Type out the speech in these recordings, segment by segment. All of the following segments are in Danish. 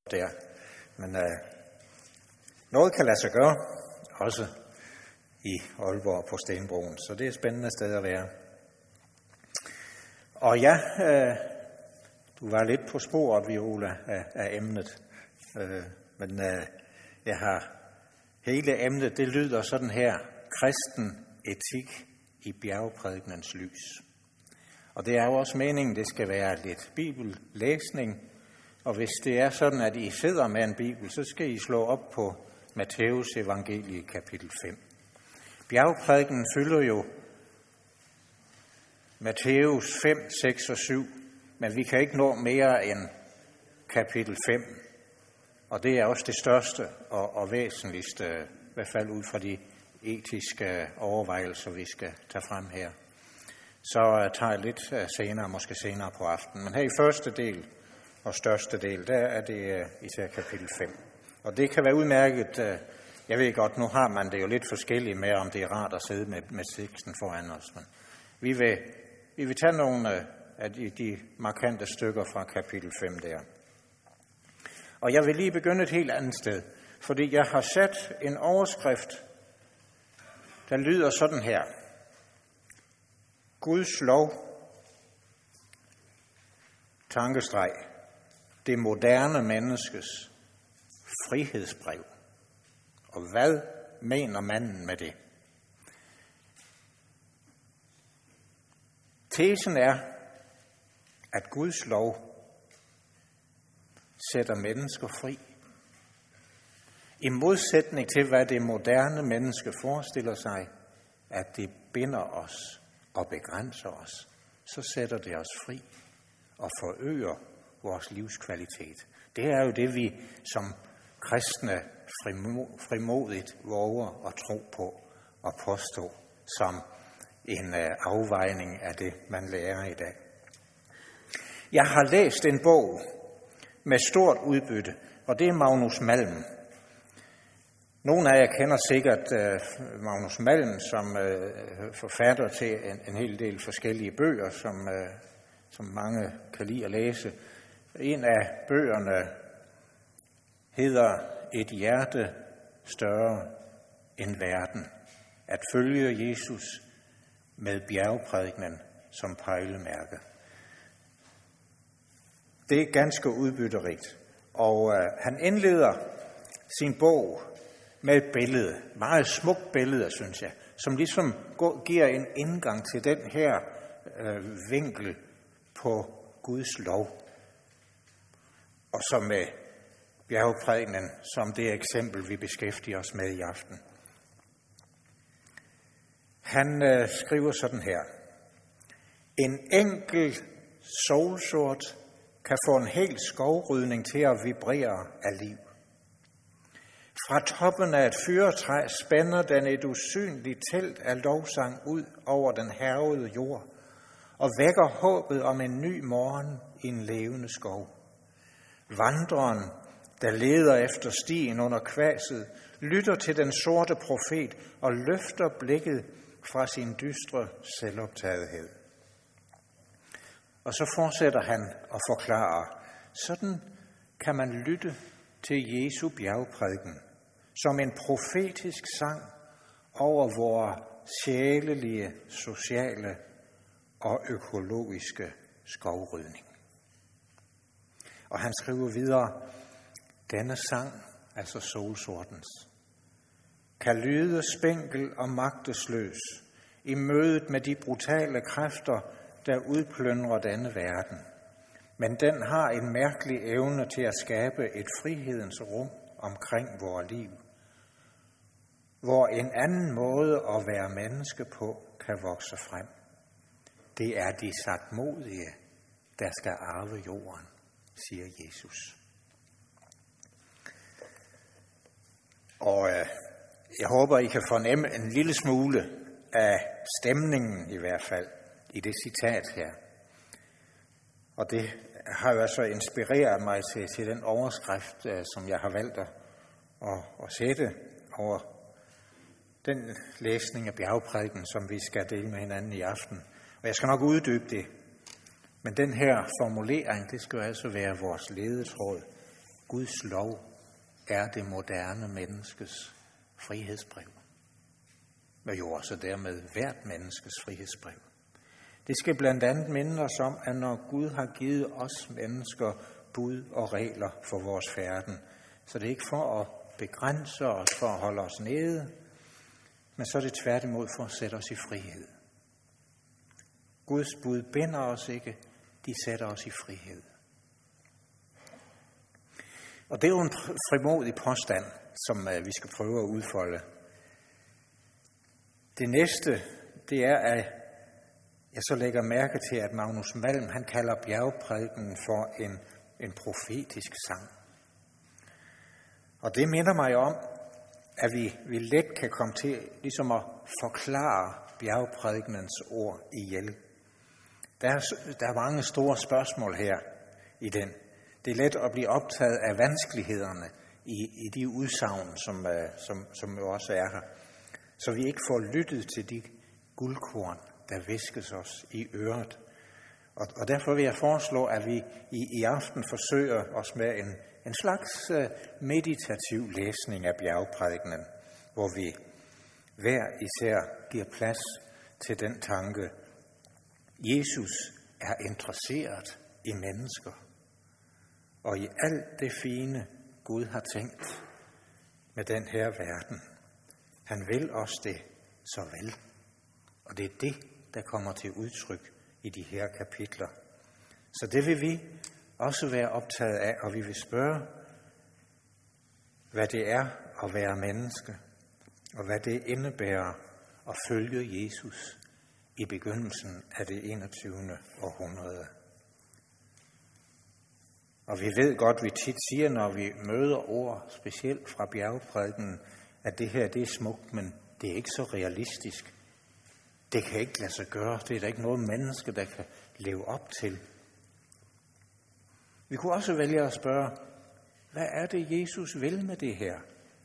op der. Men noget kan lade sig gøre, også i Aalborg på Stenbroen, så det er et spændende sted at være. Og ja, du var lidt på sporet, Viola, af emnet, men jeg har hele emnet, det lyder sådan her: kristen etik i bjergprædikenens lys. Og det er jo også meningen, det skal være lidt bibellæsning, og hvis det er sådan, at I sidder med en bibel, så skal I slå op på Matteus evangelie kapitel 5. Bjergprædikenen fylder jo Matteus 5, 6 og 7, men vi kan ikke nå mere end kapitel 5. Og det er også det største og væsentligste, i hvert fald ud fra de etiske overvejelser, vi skal tage frem her. Så tager jeg lidt senere, måske senere på aftenen. Men her i første del og største del, der er det især kapitel 5. Og det kan være udmærket. Jeg ved godt, nu har man det jo lidt forskelligt med, om det er rart at sidde med teksten foran os. Men vi vil tage nogle af de markante stykker fra kapitel 5 der. Og jeg vil lige begynde et helt andet sted, fordi jeg har sat en overskrift, der lyder sådan her: Guds lov, tankestreg, det moderne menneskes frihedsbrev. Og hvad mener manden med det? Tesen er, at Guds lov sætter mennesker fri. I modsætning til, hvad det moderne menneske forestiller sig, at det binder os og begrænser os, så sætter det os fri og forøger vores livskvalitet. Det er jo det, vi som kristne frimodigt våger at tro på og påstå som en afvejning af det, man lærer i dag. Jeg har læst en bog med stort udbytte, og det er Magnus Malm. Nogle af jer kender sikkert Magnus Malm som forfatter til en hel del forskellige bøger, som mange kan lide at læse. En af bøgerne hedder Et hjerte større end verden. At følge Jesus med bjergprædikenen som pejlemærke. Det er ganske udbytterigt. Og han indleder sin bog med et billede, meget smukt billede, synes jeg, som ligesom giver en indgang til den her vinkel på Guds lov. Og så med bjergprædikenen som det eksempel, vi beskæftiger os med i aften. Han skriver sådan her: En enkelt solsort kan få en hel skovrydning til at vibrere af liv. Fra toppen af et fyrretræ spænder den et usynligt telt af lovsang ud over den hærgede jord og vækker håbet om en ny morgen i en levende skov. Vandreren, der leder efter stien under kvaset, lytter til den sorte profet og løfter blikket fra sin dystre selvoptagethed. Og så fortsætter han og forklarer: sådan kan man lytte til Jesu bjergprædiken som en profetisk sang over vores sjælelige, sociale og økologiske skovrydning. Og han skriver videre: denne sang, altså solsortens, kan lyde spinkel og magtesløs i mødet med de brutale kræfter, der udplyndrer denne verden. Men den har en mærkelig evne til at skabe et frihedens rum omkring vores liv, hvor en anden måde at være menneske på kan vokse frem. Det er de sagtmodige, der skal arve jorden, siger Jesus. Og jeg håber, I kan fornemme en lille smule af stemningen i hvert fald i det citat her. Og det har jo altså inspireret mig til den overskrift, som jeg har valgt at sætte over den læsning af bjergprædiken, som vi skal dele med hinanden i aften. Og jeg skal nok uddybe det. Men den her formulering, det skal altså være vores ledetråd Guds lov er det moderne menneskes frihedsbrev. Og jo også dermed hvert menneskes frihedsbrev. Det skal blandt andet minde os om, at når Gud har givet os mennesker bud og regler for vores færden, så det er ikke for at begrænse os, for at holde os nede, men så er det tværtimod for at sætte os i frihed. Guds bud binder os ikke, de sætter os i frihed. Og det er jo en frimodig påstand, som vi skal prøve at udfolde. Det næste, det er, at jeg så lægger mærke til, at Magnus Malm, han kalder bjergprædikenen for en profetisk sang. Og det minder mig om, at vi let kan komme til ligesom at forklare bjergprædikenens ord ihjel. Der er mange store spørgsmål her i den. Det er let at blive optaget af vanskelighederne i de udsagn, som jo også er her. Så vi ikke får lyttet til de guldkorn, der viskes os i øret. Og derfor vil jeg foreslå, at vi i aften forsøger os med en slags meditativ læsning af bjergprædikenen, hvor vi hver især giver plads til den tanke, Jesus er interesseret i mennesker, og i alt det fine, Gud har tænkt med den her verden. Han vil os det så vel. Og det er det, der kommer til udtryk i de her kapitler. Så det vil vi også være optaget af, og vi vil spørge, hvad det er at være menneske, og hvad det indebærer at følge Jesus i begyndelsen af det 21. århundrede. Og vi ved godt, vi tit siger, når vi møder ord, specielt fra bjergprædikenen, at det her, det er smukt, men det er ikke så realistisk. Det kan ikke lade sig gøre. Det er der ikke noget menneske, der kan leve op til. Vi kunne også vælge at spørge, hvad er det, Jesus vil med det her?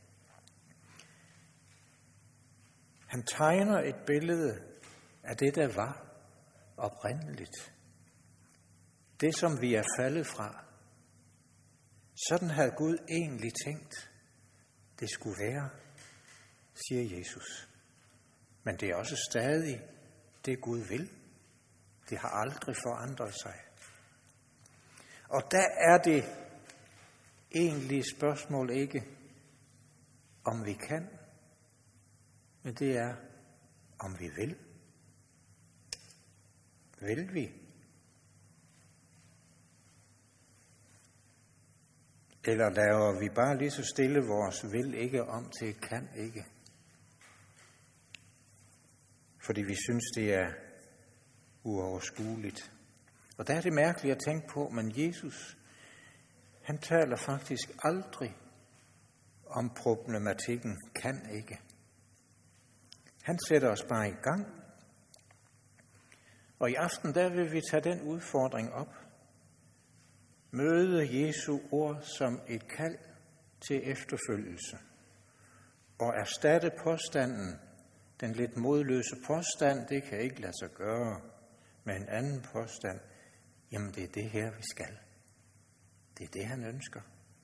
Han tegner et billede af det, der var oprindeligt. Det, som vi er faldet fra. Sådan havde Gud egentlig tænkt, det skulle være, siger Jesus. Men det er også stadig det, Gud vil. Det har aldrig forandret sig. Og der er det egentlige spørgsmål ikke, om vi kan, men det er, om vi vil. Vil vi? Eller laver vi bare lige så stille vores vil ikke om til kan ikke? Fordi vi synes, det er uoverskueligt. Og der er det mærkeligt at tænke på, men Jesus, han taler faktisk aldrig om problematikken kan ikke. Han sætter os bare i gang. Og i aften, der vil vi tage den udfordring op. Møde Jesu ord som et kald til efterfølgelse. Og erstatte påstanden, den lidt modløse påstand, det kan ikke lade sig gøre, med en anden påstand. Jamen, det er det her, vi skal. Det er det, han ønsker.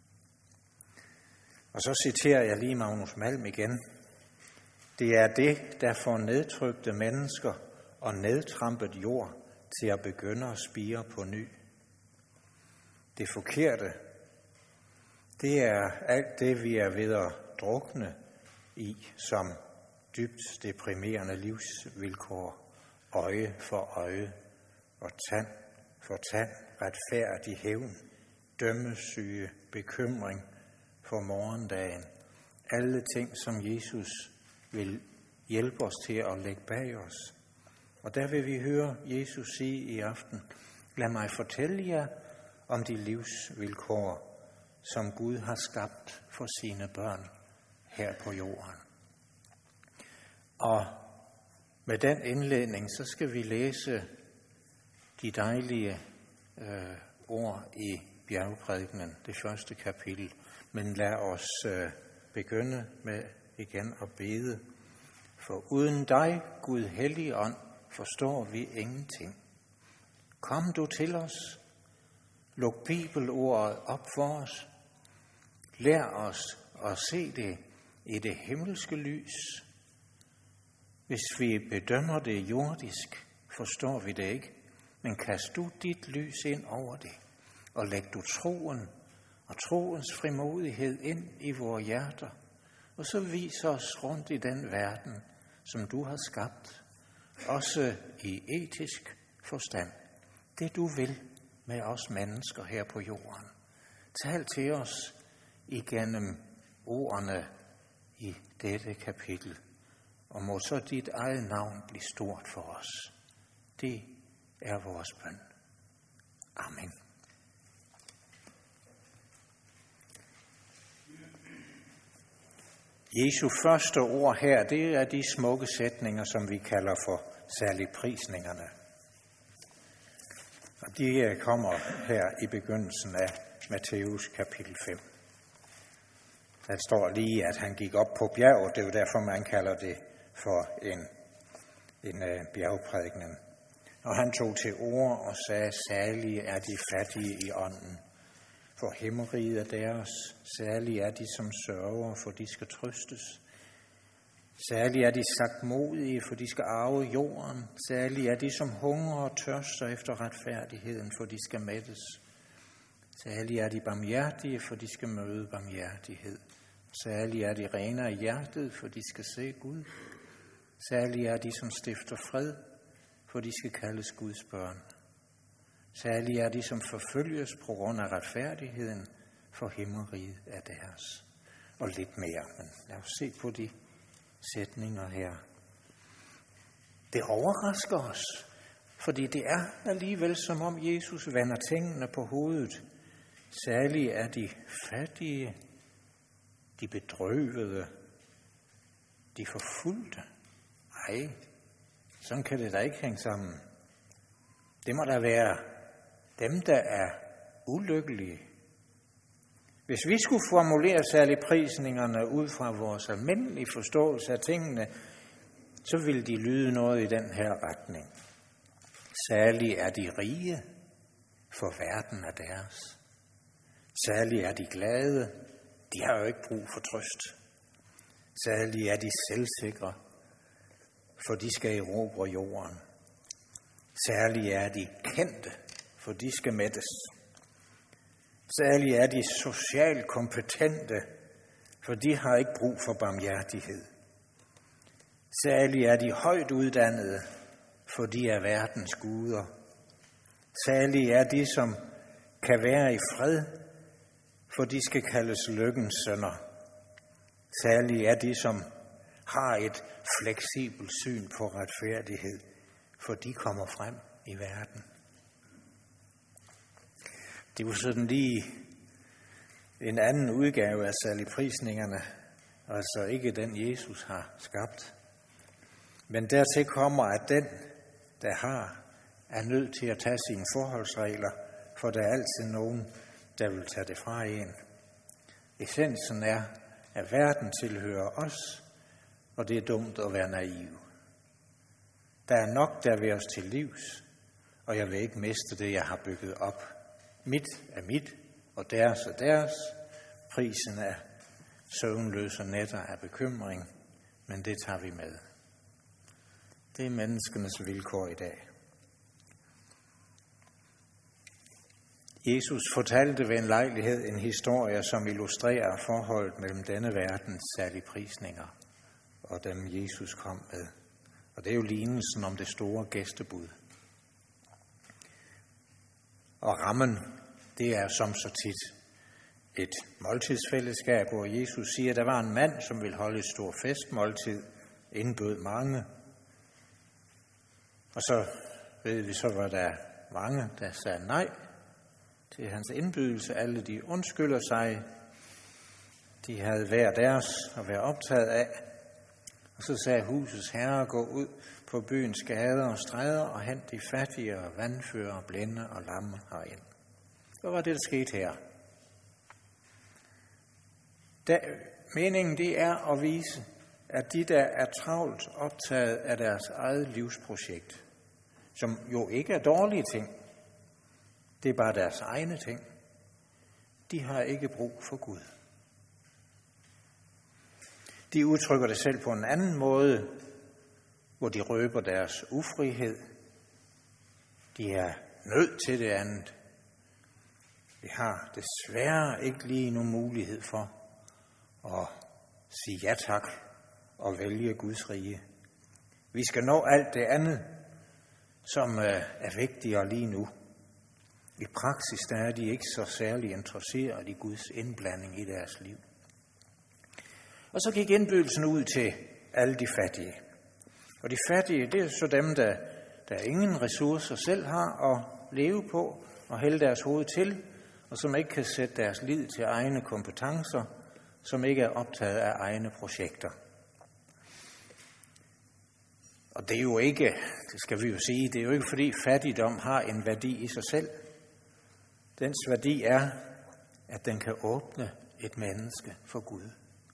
Og så citerer jeg lige Magnus Malm igen. Det er det, der får nedtrykte mennesker og nedtrampet jord til at begynde at spire på ny. Det forkerte, det er alt det, vi er ved at drukne i som dybt deprimerende livsvilkår, øje for øje og tand for tand, retfærdig hævn, dømmesyge, bekymring for morgendagen. Alle ting, som Jesus vil hjælpe os til at lægge bag os. Og der vil vi høre Jesus sige i aften, lad mig fortælle jer om de livsvilkår, som Gud har skabt for sine børn her på jorden. Og med den indledning, så skal vi læse de dejlige ord i bjergprædikenen, det første kapitel. Men lad os begynde med igen at bede. For uden dig, Gud Helligånd, forstår vi ingenting. Kom du til os, luk bibelordet op for os, Lær os at se det i det himmelske lys. Hvis vi bedømmer det jordisk, forstår vi det ikke. Men kast du dit lys ind over det, og læg du troen og troens frimodighed ind i vores hjerter, og så vis os rundt i den verden, som du har skabt, også i etisk forstand. Det du vil med os mennesker her på jorden. Tal til os igennem ordene i dette kapitel, og må så dit eget navn blive stort for os. Det er vores bøn. Amen. Jesu første ord her, det er de smukke sætninger, som vi kalder for saligprisningerne. Og de kommer her i begyndelsen af Matthæus kapitel 5. Der står lige, at han gik op på bjerget. Det er jo derfor, man kalder det for en bjergprædiken. Og han tog til ord og sagde, salige er de fattige i ånden, for himmeriget er deres. Salige er de, som sørger, for de skal trøstes. Salige er de sagtmodige, for de skal arve jorden. Salige er de, som hungrer og tørster efter retfærdigheden, for de skal mættes. Salige er de barmhjertige, for de skal møde barmhjertighed. Salige er de rene af hjertet, for de skal se Gud. Salige er de, som stifter fred, for de skal kaldes Guds børn. Salige er de, som forfølges på grund af retfærdigheden, for himmeriget er deres. Og lidt mere, men lad os se på de sætninger her. Det overrasker os, fordi det er alligevel som om Jesus vender tingene på hovedet. Salige er de fattige, de bedrøvede, de forfulgte. Ej, sådan kan det da ikke hænge sammen. Det må da være dem, der er ulykkelige. Hvis vi skulle formulere saligprisningerne ud fra vores almindelige forståelse af tingene, så ville de lyde noget i den her retning. Salige er de rige, for verden er deres. Salige er de glade, de har jo ikke brug for trøst. Salige er de selvsikre, for de skal erobre jorden. Salige er de kendte, for de skal mættes. Salige er de socialt kompetente, for de har ikke brug for barmhjertighed. Salige er de højt uddannede, for de er verdens guder. Salige er de, som kan være i fred, for de skal kaldes lykkens sønner. Salige er de, som har et fleksibelt syn på retfærdighed, for de kommer frem i verden. Det var sådan lige en anden udgave af saligprisningerne, altså ikke den Jesus har skabt. Men dertil kommer, at den, der har, er nødt til at tage sine forholdsregler, for der er altid nogen, der vil tage det fra en. Essensen er, at verden tilhører os, og det er dumt at være naiv. Der er nok, der vil os til livs, og jeg vil ikke miste det, jeg har bygget op. Mit er mit, og deres er deres. Prisen er søvnløse nætter af bekymring, men det tager vi med. Det er menneskenes vilkår i dag. Jesus fortalte ved en lejlighed en historie, som illustrerer forholdet mellem denne verdens saligprisninger og dem Jesus kom med. Og det er jo lignelsen om det store gæstebud. Og rammen, det er som så tit et måltidsfællesskab, hvor Jesus siger, at der var en mand, som ville holde et stort festmåltid, indbød mange. Og så ved vi så, var der mange, der sagde nej til hans indbydelse. Alle de undskylder sig. De havde hver deres at være optaget af. Og så sagde husets herre, gå ud på byens gader og stræder og hent de fattige og vandfører, blinde og lamme herind. Hvad var det, der skete her? Meningen det er at vise, at de, der er travlt optaget af deres eget livsprojekt, som jo ikke er dårlige ting, det er bare deres egne ting, de har ikke brug for Gud. De udtrykker det selv på en anden måde, hvor de røber deres ufrihed. De er nødt til det andet. Vi har desværre ikke lige nogen mulighed for at sige ja tak og vælge Guds rige. Vi skal nå alt det andet, som er vigtigere lige nu. I praksis der er de ikke så særlig interesseret i Guds indblanding i deres liv. Og så gik indbydelsen ud til alle de fattige. Og de fattige, det er så dem, der ingen ressourcer selv har at leve på og hælde deres hoved til, og som ikke kan sætte deres lid til egne kompetencer, som ikke er optaget af egne projekter. Og det er jo ikke, det skal vi jo sige, det er jo ikke fordi fattigdom har en værdi i sig selv. Dens værdi er, at den kan åbne et menneske for Gud.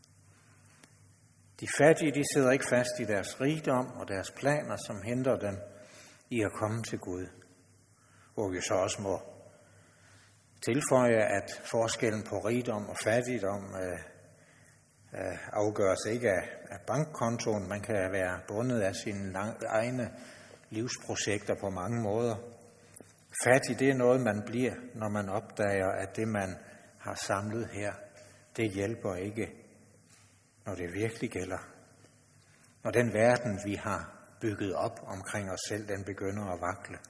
De fattige, de sidder ikke fast i deres rigdom og deres planer, som hindrer dem i at komme til Gud. Hvor vi så også må tilføje, at forskellen på rigdom og fattigdom afgøres ikke af bankkontoen. Man kan være bundet af sine egne livsprojekter på mange måder. Fattig, det er noget, man bliver, når man opdager, at det, man har samlet her, det hjælper ikke, når det virkelig gælder. Når den verden, vi har bygget op omkring os selv, den begynder at vakle.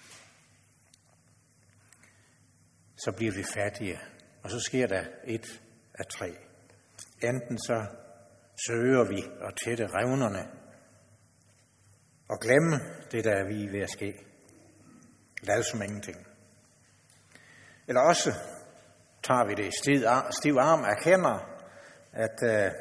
Så bliver vi fattige, og så sker der et af tre. Enten så søger vi at tætte revnerne og glemme det, der er vi ved at ske. Lad som ingenting. Eller også tager vi det i stiv arm, erkender, at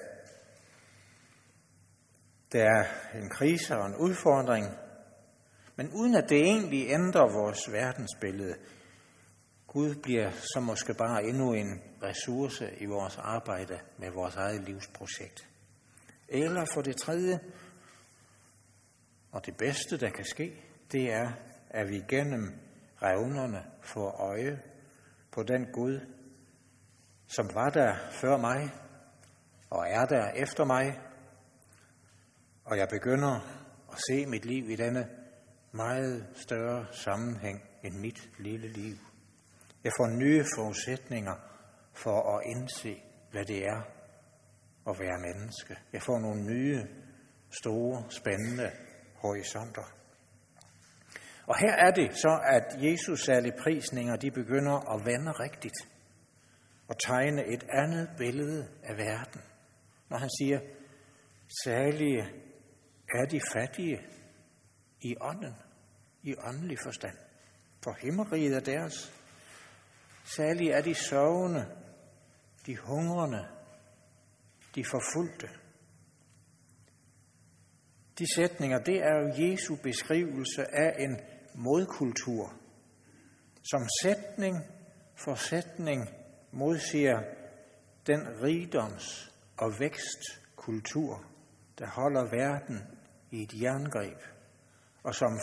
der er en krise og en udfordring, men uden at det egentlig ændrer vores verdensbillede. Gud bliver så måske bare endnu en ressource i vores arbejde med vores eget livsprojekt. Eller for det tredje, og det bedste, der kan ske, det er, at vi gennem revnerne får øje på den Gud, som var der før mig og er der efter mig, og jeg begynder at se mit liv i denne meget større sammenhæng end mit lille liv. Jeg får nye forudsætninger for at indse, hvad det er at være menneske. Jeg får nogle nye, store, spændende horisonter. Og her er det så, at Jesus særlige prisninger, de begynder at vende rigtigt og tegne et andet billede af verden. Når han siger, særlige er de fattige i ånden, i åndelig forstand. For himmeriget er deres. Særlige er de sørgende, de hungrende, de forfulgte. De sætninger, det er jo Jesu beskrivelse af en modkultur, som sætning for sætning modsiger den rigdoms- og vækstkultur, der holder verden i et jerngreb, og som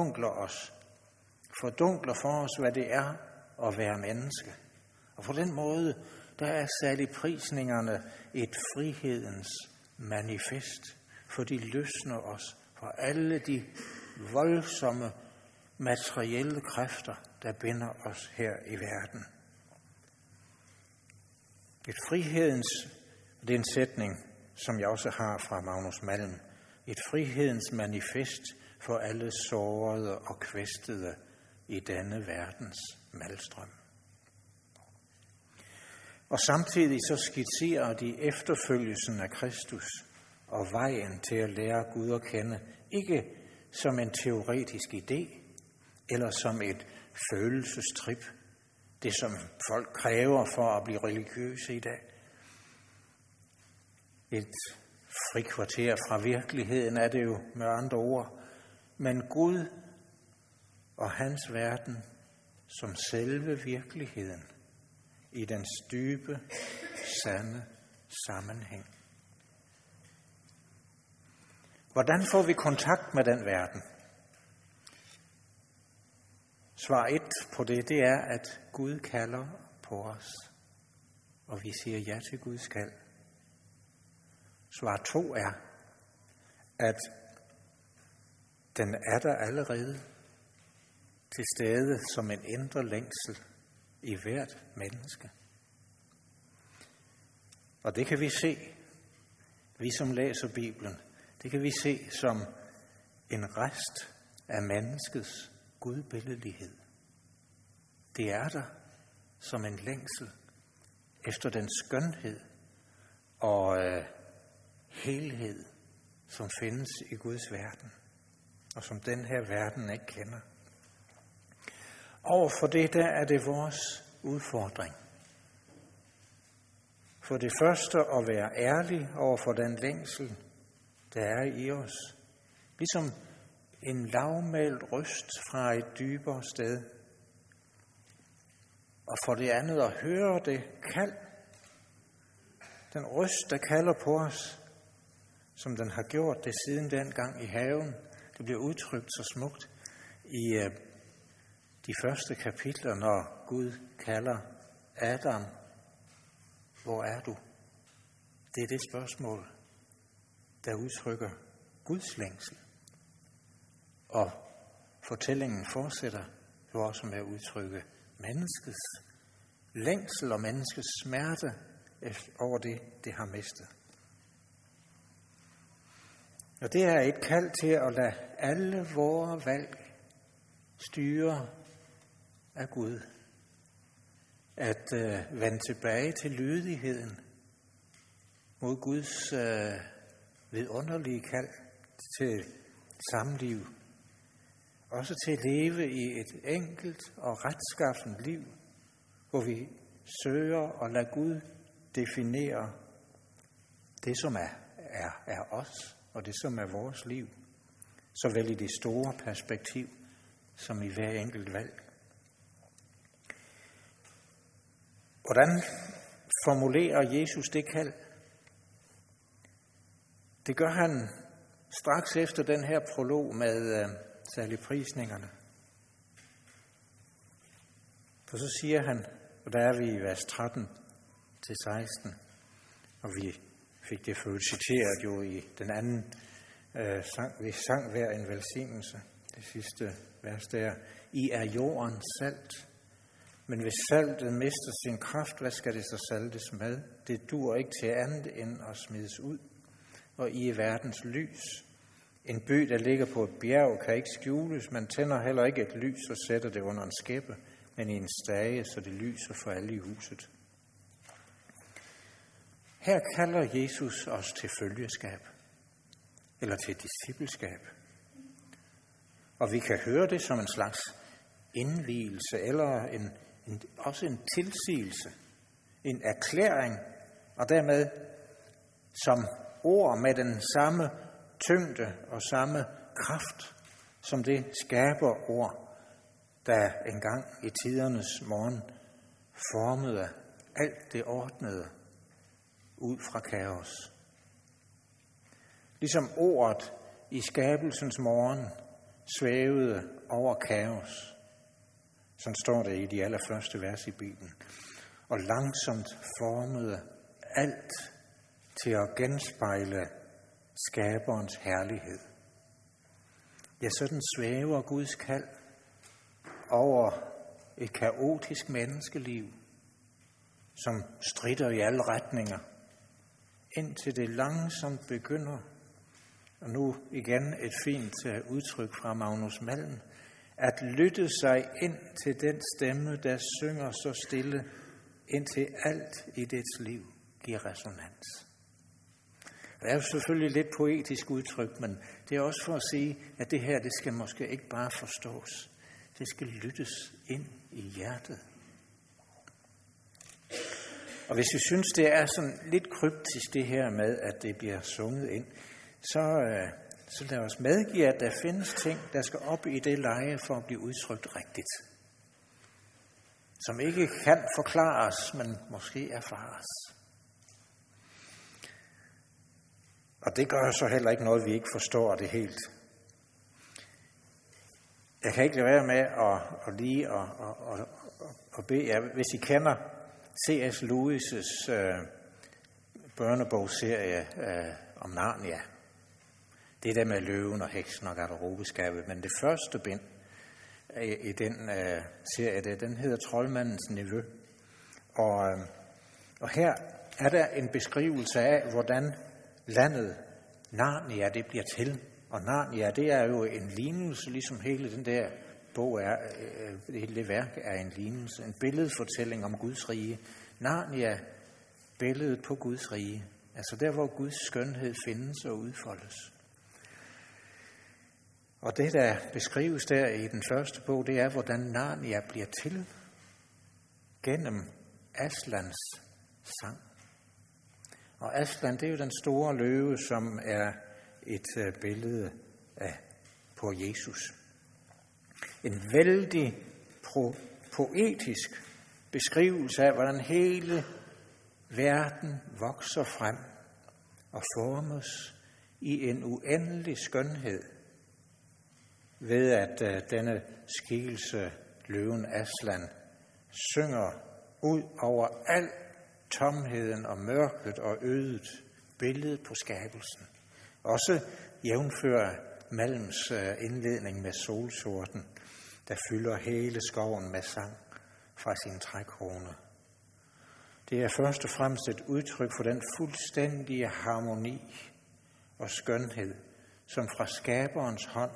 fordunkler for os, hvad det er at være menneske. Og på den måde, der er særlig prisningerne et frihedens manifest, for de løsner os fra alle de voldsomme materielle kræfter, der binder os her i verden. Et frihedens, det er en sætning, som jeg også har fra Magnus Malm, et frihedens manifest for alle sårede og kvæstede i denne verdens malstrøm. Og samtidig så skitserer de efterfølgelsen af Kristus og vejen til at lære Gud at kende, ikke som en teoretisk idé eller som et følelsestrip, det som folk kræver for at blive religiøse i dag. Et frikvarter fra virkeligheden er det jo med andre ord, men Gud og hans verden som selve virkeligheden i dens dybe, sande sammenhæng. Hvordan får vi kontakt med den verden? Svar 1 på det er, at Gud kalder på os, og vi siger ja til Guds kald. Svar 2 er, at den er der allerede til stede som en indre længsel i hvert menneske. Og det kan vi se, vi som læser Bibelen, det kan vi se som en rest af menneskets gudbilledelighed. Det er der som en længsel efter den skønhed og helhed, som findes i Guds verden, og som den her verden ikke kender. Overfor det der er det vores udfordring. For det første at være ærlig over for den længsel, der er i os. Ligesom en lavmælt røst fra et dybere sted. Og for det andet at høre det kald. Den røst, der kalder på os, som den har gjort det siden dengang i haven. Det bliver udtrykt så smukt i de første kapitler, når Gud kalder Adam. Hvor er du? Det er det spørgsmål, der udtrykker Guds længsel. Og fortællingen fortsætter jo også med at udtrykke menneskets længsel og menneskets smerte over det har mistet. Og det er et kald til at lade alle vore valg styre af Gud. At vende tilbage til lydigheden mod Guds vidunderlige kald til samliv. Også til at leve i et enkelt og retskaffent liv, hvor vi søger at lade Gud definere det, som er os, og det, som er vores liv, såvel i det store perspektiv, som i hver enkelt valg. Hvordan formulerer Jesus det kald? Det gør han straks efter den her prolog med særlig prisningerne. For så siger han, og der er vi i vers 13-16, og vi fik det fået citeret jo i den anden sang, vi sang hver en velsignelse, det sidste vers der. I er jordens salt, men hvis saltet mister sin kraft, hvad skal det så saltes med? Det dur ikke til andet end at smides ud, og I er verdens lys. En by, der ligger på et bjerg, kan ikke skjules. Man tænder heller ikke et lys og sætter det under en skæppe, men i en stage, så det lyser for alle i huset. Her kalder Jesus os til følgeskab, eller til discipleskab. Og vi kan høre det som en slags indvielse, eller også en tilsigelse, en erklæring, og dermed som ord med den samme tyngde og samme kraft, som det skaber ord, der engang i tidernes morgen formede alt det ordnede ud fra kaos. Ligesom ordet i skabelsens morgen svævede over kaos. Sådan står det i de allerførste vers i Bibelen. Og langsomt formede alt til at genspejle skaberens herlighed. Ja, sådan svæver Guds kald over et kaotisk menneskeliv, som stritter i alle retninger, indtil det langsomt begynder, og nu igen et fint udtryk fra Magnus Malm, at lytte sig ind til den stemme, der synger så stille, indtil alt i dets liv giver resonans. Det er jo selvfølgelig lidt poetisk udtryk, men det er også for at sige, at det her, det skal måske ikke bare forstås. Det skal lyttes ind i hjertet. Og hvis vi synes, det er sådan lidt kryptisk det her med, at det bliver sunget ind, så lad os medgive, at der findes ting, der skal op i det leje for at blive udtrykt rigtigt. Som ikke kan forklares, men måske erfares. Og det gør så heller ikke noget, vi ikke forstår det helt. Jeg kan ikke lade være med at bede jer, hvis I kender C.S. Lewis' børnebogsserie om Narnia. Det er der med løven og heksen og garderobeskabet, men det første bind i den serie, den hedder Troldmandens Nevø. Og her er der en beskrivelse af, hvordan landet Narnia det bliver til. Og Narnia, det er jo en lignelse, ligesom hele den der bog er, hele det værk er en lignelse, en billedfortælling om Guds rige. Narnia, billedet på Guds rige, altså der, hvor Guds skønhed findes og udfoldes. Og det, der beskrives der i den første bog, det er, hvordan Narnia bliver til gennem Aslans sang. Og Aslan, det er jo den store løve, som er et billede på Jesus. En vældig poetisk beskrivelse af, hvordan hele verden vokser frem og formes i en uendelig skønhed, ved at denne skikkelse, løven Aslan, synger ud over al tomheden og mørket og ødet, billedet på skabelsen. Også jævnfører Malms indledning med solsorten, der fylder hele skoven med sang fra sin trækrone. Det er først og fremmest et udtryk for den fuldstændige harmoni og skønhed, som fra skaberens hånd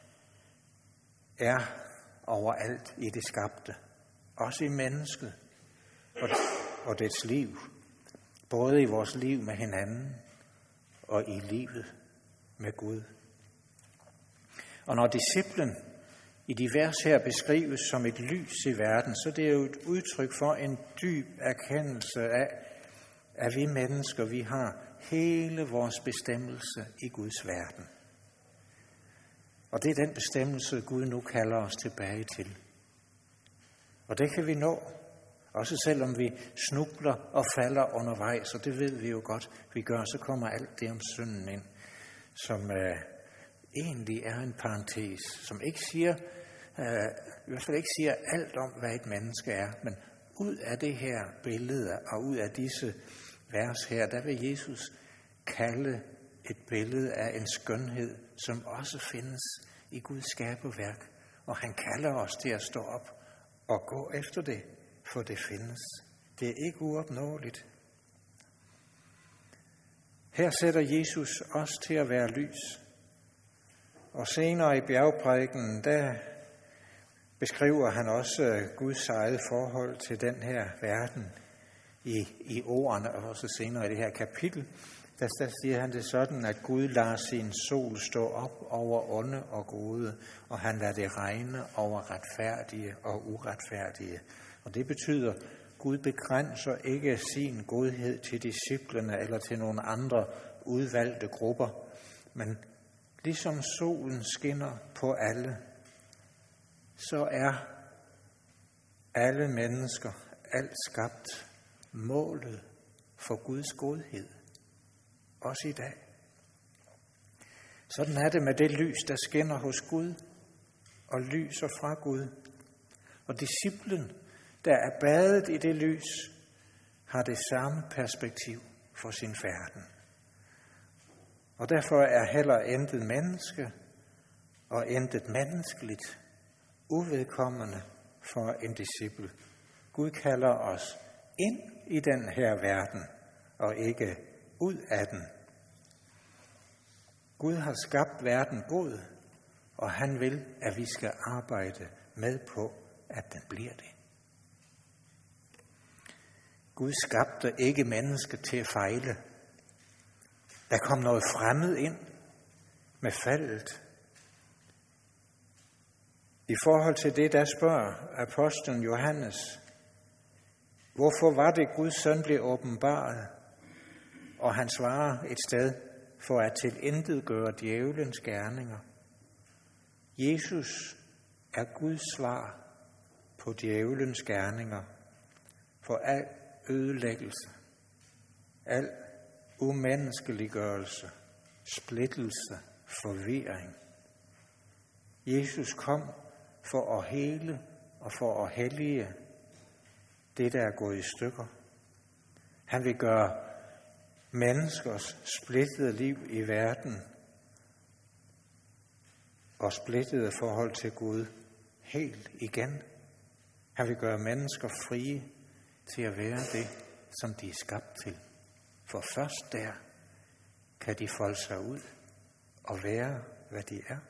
er overalt i det skabte, også i mennesket og dets liv, både i vores liv med hinanden og i livet med Gud. Og når disciplen i de vers her beskrives som et lys i verden, så det er jo et udtryk for en dyb erkendelse af, at vi mennesker, vi har hele vores bestemmelse i Guds verden. Og det er den bestemmelse, Gud nu kalder os tilbage til. Og det kan vi nå, også selvom vi snubler og falder undervejs, og det ved vi jo godt, vi gør, så kommer alt det om synden ind, som egentlig er en parentes, som ikke siger, i hvert fald ikke siger alt om, hvad et menneske er, men ud af det her billede og ud af disse vers her, der vil Jesus kalde et billede af en skønhed, som også findes i Guds skaberværk, og han kalder os til at stå op og gå efter det, for det findes. Det er ikke uopnåeligt. Her sætter Jesus os til at være lys. Og senere i bjergprædikenen, der beskriver han også Guds eget forhold til den her verden i ordene, og også senere i det her kapitel. Der siger han det sådan, at Gud lader sin sol stå op over onde og gode, og han lader det regne over retfærdige og uretfærdige. Og det betyder, at Gud begrænser ikke sin godhed til disciplene eller til nogle andre udvalgte grupper, men ligesom solen skinner på alle, så er alle mennesker, alt skabt, målet for Guds godhed. Også i dag. Sådan er det med det lys, der skinner hos Gud og lyser fra Gud. Og disciplen, der er badet i det lys, har det samme perspektiv for sin færden. Og derfor er heller intet menneske og intet menneskeligt uvedkommende for en disciple. Gud kalder os ind i den her verden og ikke ud af den. Gud har skabt verden god, og han vil, at vi skal arbejde med på, at den bliver det. Gud skabte ikke mennesket til at fejle. Der kom noget fremmed ind med faldet. I forhold til det, der spørger apostlen Johannes, hvorfor var det, Guds søn blev åbenbaret? Og han svarer et sted, for at tilintetgøre djævelens gerninger. Jesus er Guds svar på djævelens gerninger, for al ødelæggelse, al umenneskeliggørelse, splittelse, forvirring. Jesus kom for at hele og for at hellige det, der er gået i stykker. Han vil gøre menneskers splittede liv i verden og splittede forhold til Gud helt igen. Han vil gøre mennesker frie til at være det, som de er skabt til. For først der kan de folde sig ud og være, hvad de er.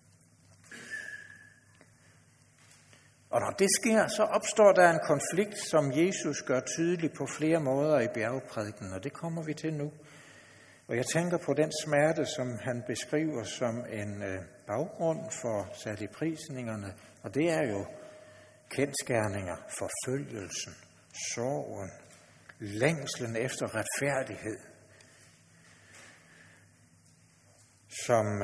Og når det sker, så opstår der en konflikt, som Jesus gør tydelig på flere måder i bjergprædiken, og det kommer vi til nu. Og jeg tænker på den smerte, som han beskriver som en baggrund for saligprisningerne, og det er jo kendsgerninger, forfølgelsen, sorgen, længslen efter retfærdighed, som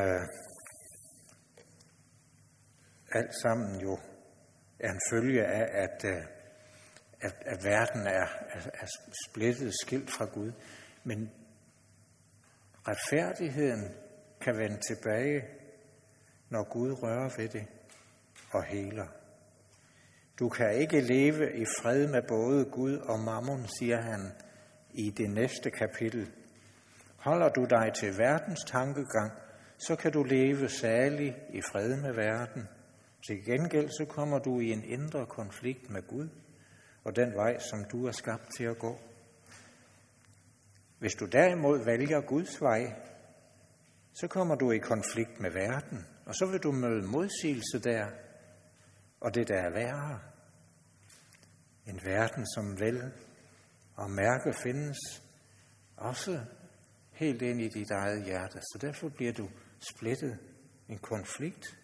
alt sammen jo er en følge af, at verden er splittet, skilt fra Gud. Men retfærdigheden kan vende tilbage, når Gud rører ved det og heler. Du kan ikke leve i fred med både Gud og mammon, siger han i det næste kapitel. Holder du dig til verdens tankegang, så kan du leve salig i fred med verden. Til gengæld så kommer du i en indre konflikt med Gud og den vej, som du er skabt til at gå. Hvis du derimod vælger Guds vej, så kommer du i konflikt med verden, og så vil du møde modsigelse der, og det der er værre. En verden, som vel og mærke findes også helt ind i dit eget hjerte. Så derfor bliver du splittet, en konflikt,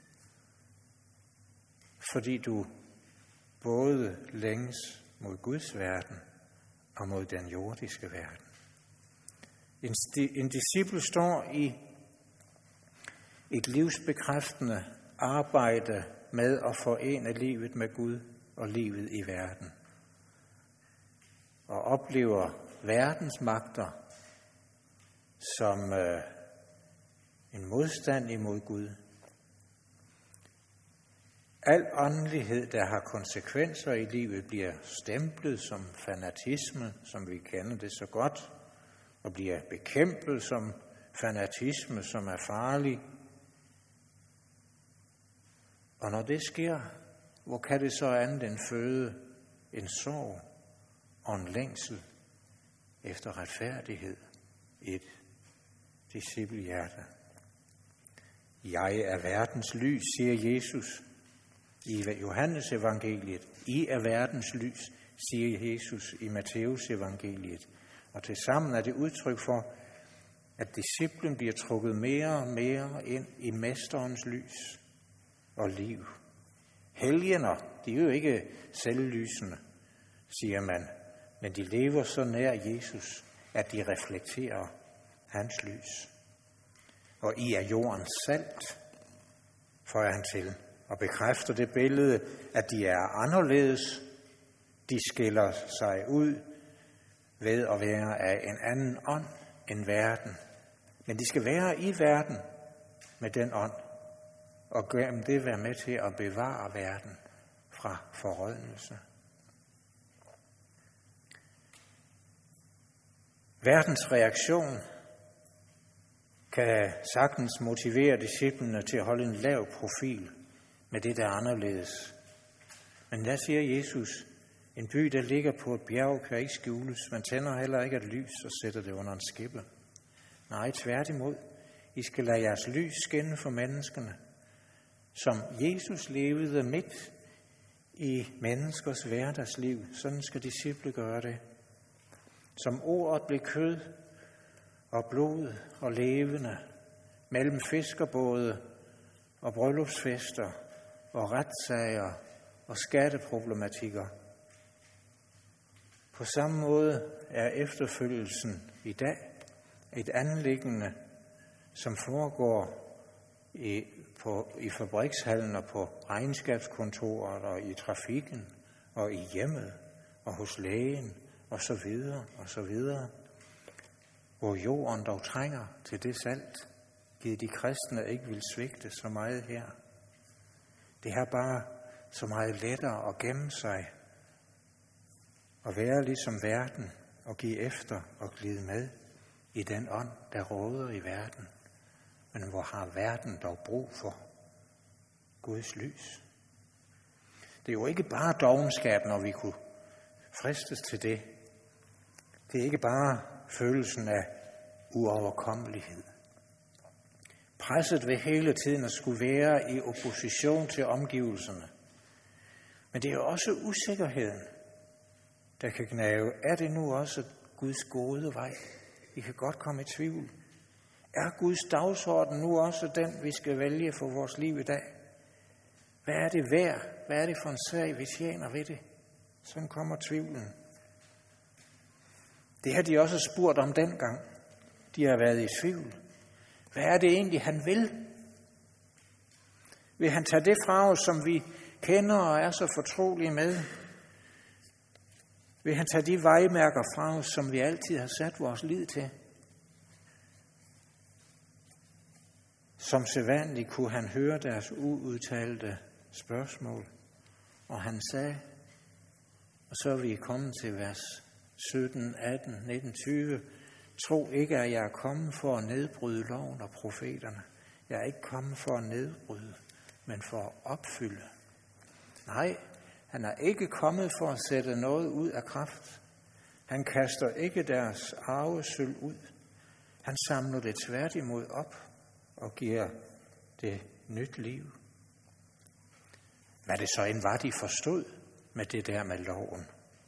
fordi du både længes mod Guds verden og mod den jordiske verden. En disciple står i et livsbekræftende arbejde med at forene livet med Gud og livet i verden, og oplever verdens magter som en modstand imod Gud. Al åndelighed, der har konsekvenser i livet, bliver stemplet som fanatisme, som vi kender det så godt, og bliver bekæmpet som fanatisme, som er farlig. Og når det sker, hvor kan det så andet end føde en sorg og en længsel efter retfærdighed i et disciplehjerte? Jeg er verdens lys, siger Jesus i Johannes evangeliet. I er verdens lys, siger Jesus i Matteus evangeliet. Og tilsammen er det udtryk for, at disciplen bliver trukket mere og mere ind i mesterens lys og liv. Helgener, de er jo ikke selvlysende, siger man, men de lever så nær Jesus, at de reflekterer hans lys. Og I er jordens salt, føjer han til, og bekræfter det billede, at de er anderledes. De skiller sig ud ved at være af en anden ånd end verden. Men de skal være i verden med den ånd, og gennem det være med til at bevare verden fra forrådnelse. Verdens reaktion kan sagtens motivere disciplene til at holde en lav profil med det, der er anderledes. Men der siger Jesus, en by, der ligger på et bjerg, kan ikke skjules. Man tænder heller ikke et lys og sætter det under en skæppe. Nej, tværtimod. I skal lade jeres lys skinne for menneskerne, som Jesus levede midt i menneskers hverdagsliv. Sådan skal disciple gøre det. Som ordet blev kød og blod og levende mellem fiskerbåde og bryllupsfester og retssager og skatteproblematikker. På samme måde er efterfølgelsen i dag et anliggende, som foregår i fabrikshallen og på regnskabskontoret og i trafikken og i hjemmet og hos lægen og så videre og så videre. Hvor jorden dog trænger til det salt, givet de kristne ikke vil svigte så meget her. Det er bare så meget lettere at gemme sig og være ligesom verden og give efter og glide med i den ånd, der råder i verden. Men hvor har verden dog brug for Guds lys? Det er jo ikke bare dovenskab, når vi kunne fristes til det. Det er ikke bare følelsen af uoverkommelighed. Presset ved hele tiden at skulle være i opposition til omgivelserne. Men det er jo også usikkerheden, der kan gnave. Er det nu også Guds gode vej? Vi kan godt komme i tvivl. Er Guds dagsorden nu også den, vi skal vælge for vores liv i dag? Hvad er det værd? Hvad er det for en sag, vi tjener ved det? Sådan kommer tvivlen. Det har de også spurgt om dengang. De har været i tvivl. Hvad er det egentlig, han vil? Vil han tage det fra os, som vi kender og er så fortrolige med? Vil han tage de vejmærker fra os, som vi altid har sat vores lid til? Som sædvanligt kunne han høre deres uudtalte spørgsmål, og han sagde, og så er vi kommet til vers 17, 18, 19, 20, tro ikke, at jeg er kommet for at nedbryde loven og profeterne. Jeg er ikke kommet for at nedbryde, men for at opfylde. Nej, han er ikke kommet for at sætte noget ud af kraft. Han kaster ikke deres arvesølv ud. Han samler det tværtimod op og giver det nyt liv. Hvad det så end var, de forstod med det der med loven.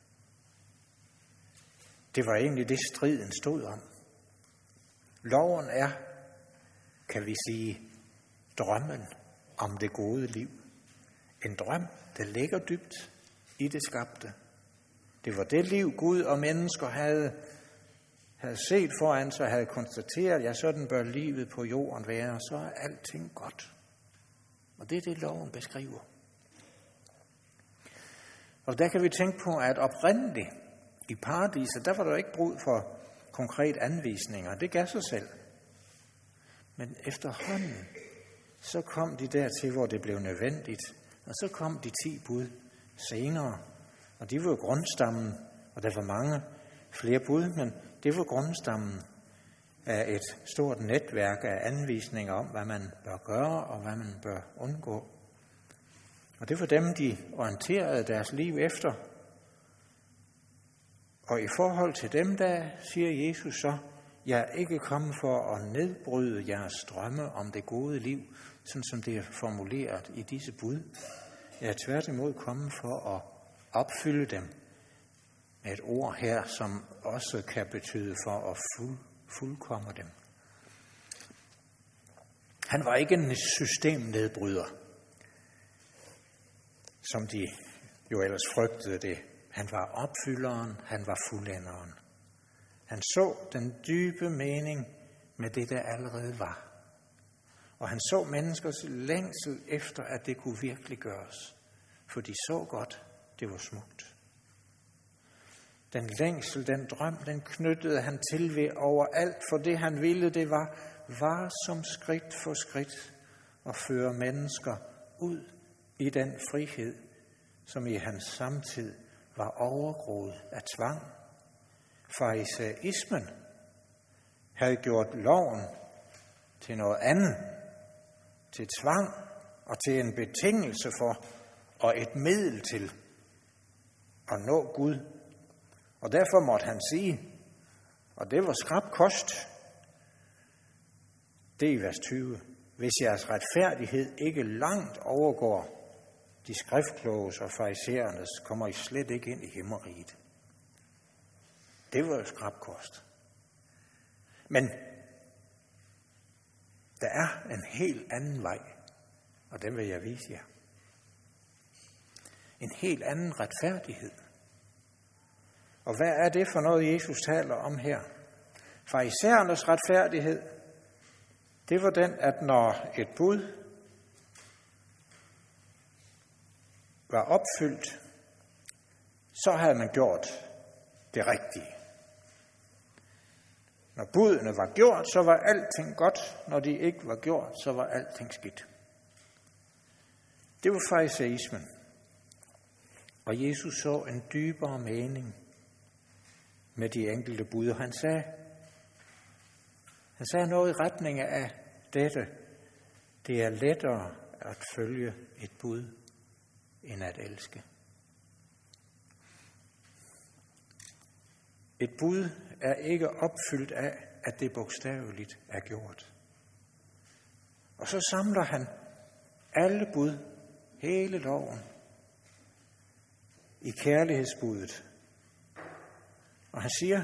Det var egentlig det, striden stod om. Loven er, kan vi sige, drømmen om det gode liv. En drøm, der ligger dybt i det skabte. Det var det liv, Gud og mennesker havde set foran sig, havde konstateret, ja, sådan bør livet på jorden være, og så er alting godt. Og det er det, loven beskriver. Og der kan vi tænke på, at oprindeligt i paradiset, der var der ikke brug for konkret anvisninger. Det gav sig selv. Men efterhånden, så kom de dertil, hvor det blev nødvendigt. Og så kom de 10 bud senere. Og de var jo grundstammen, og der var mange flere bud, men det var grundstammen af et stort netværk af anvisninger om, hvad man bør gøre og hvad man bør undgå. Og det var dem, de orienterede deres liv efter. Og i forhold til dem, der siger Jesus så, jeg er ikke kommet for at nedbryde jeres drømme om det gode liv, sådan som det er formuleret i disse bud. Jeg er tværtimod kommet for at opfylde dem med et ord her, som også kan betyde for at fuldkomme dem. Han var ikke en systemnedbryder, som de jo ellers frygtede det. Han var opfylderen, han var fuldenderen. Han så den dybe mening med det, der allerede var. Og han så menneskers længsel efter, at det kunne virkelig gøres. For de så godt, det var smukt. Den længsel, den drøm, den knyttede han til ved overalt, for det han ville, det var som skridt for skridt at føre mennesker ud i den frihed, som i hans samtid var overgroet af tvang. Farisæismen havde gjort loven til noget andet, til tvang og til en betingelse for og et middel til at nå Gud. Og derfor måtte han sige, og det var skrap kost, det er i vers 20, hvis jeres retfærdighed ikke langt overgår de skriftkloges og farisæernes, kommer I slet ikke ind i himmeriget. Det var jo skrapkost. Men der er en helt anden vej, og den vil jeg vise jer. En helt anden retfærdighed. Og hvad er det for noget, Jesus taler om her? Farisæernes retfærdighed, det var den, at når et bud var opfyldt, så havde man gjort det rigtige. Når budene var gjort, så var alting godt. Når de ikke var gjort, så var alting skidt. Det var farisæismen. Og Jesus så en dybere mening med de enkelte bud. Han sagde, Han sagde noget i retning af dette. Det er lettere at følge et bud, end at elske. Et bud er ikke opfyldt af, at det bogstaveligt er gjort. Og så samler han alle bud, hele loven, i kærlighedsbuddet. Og han siger,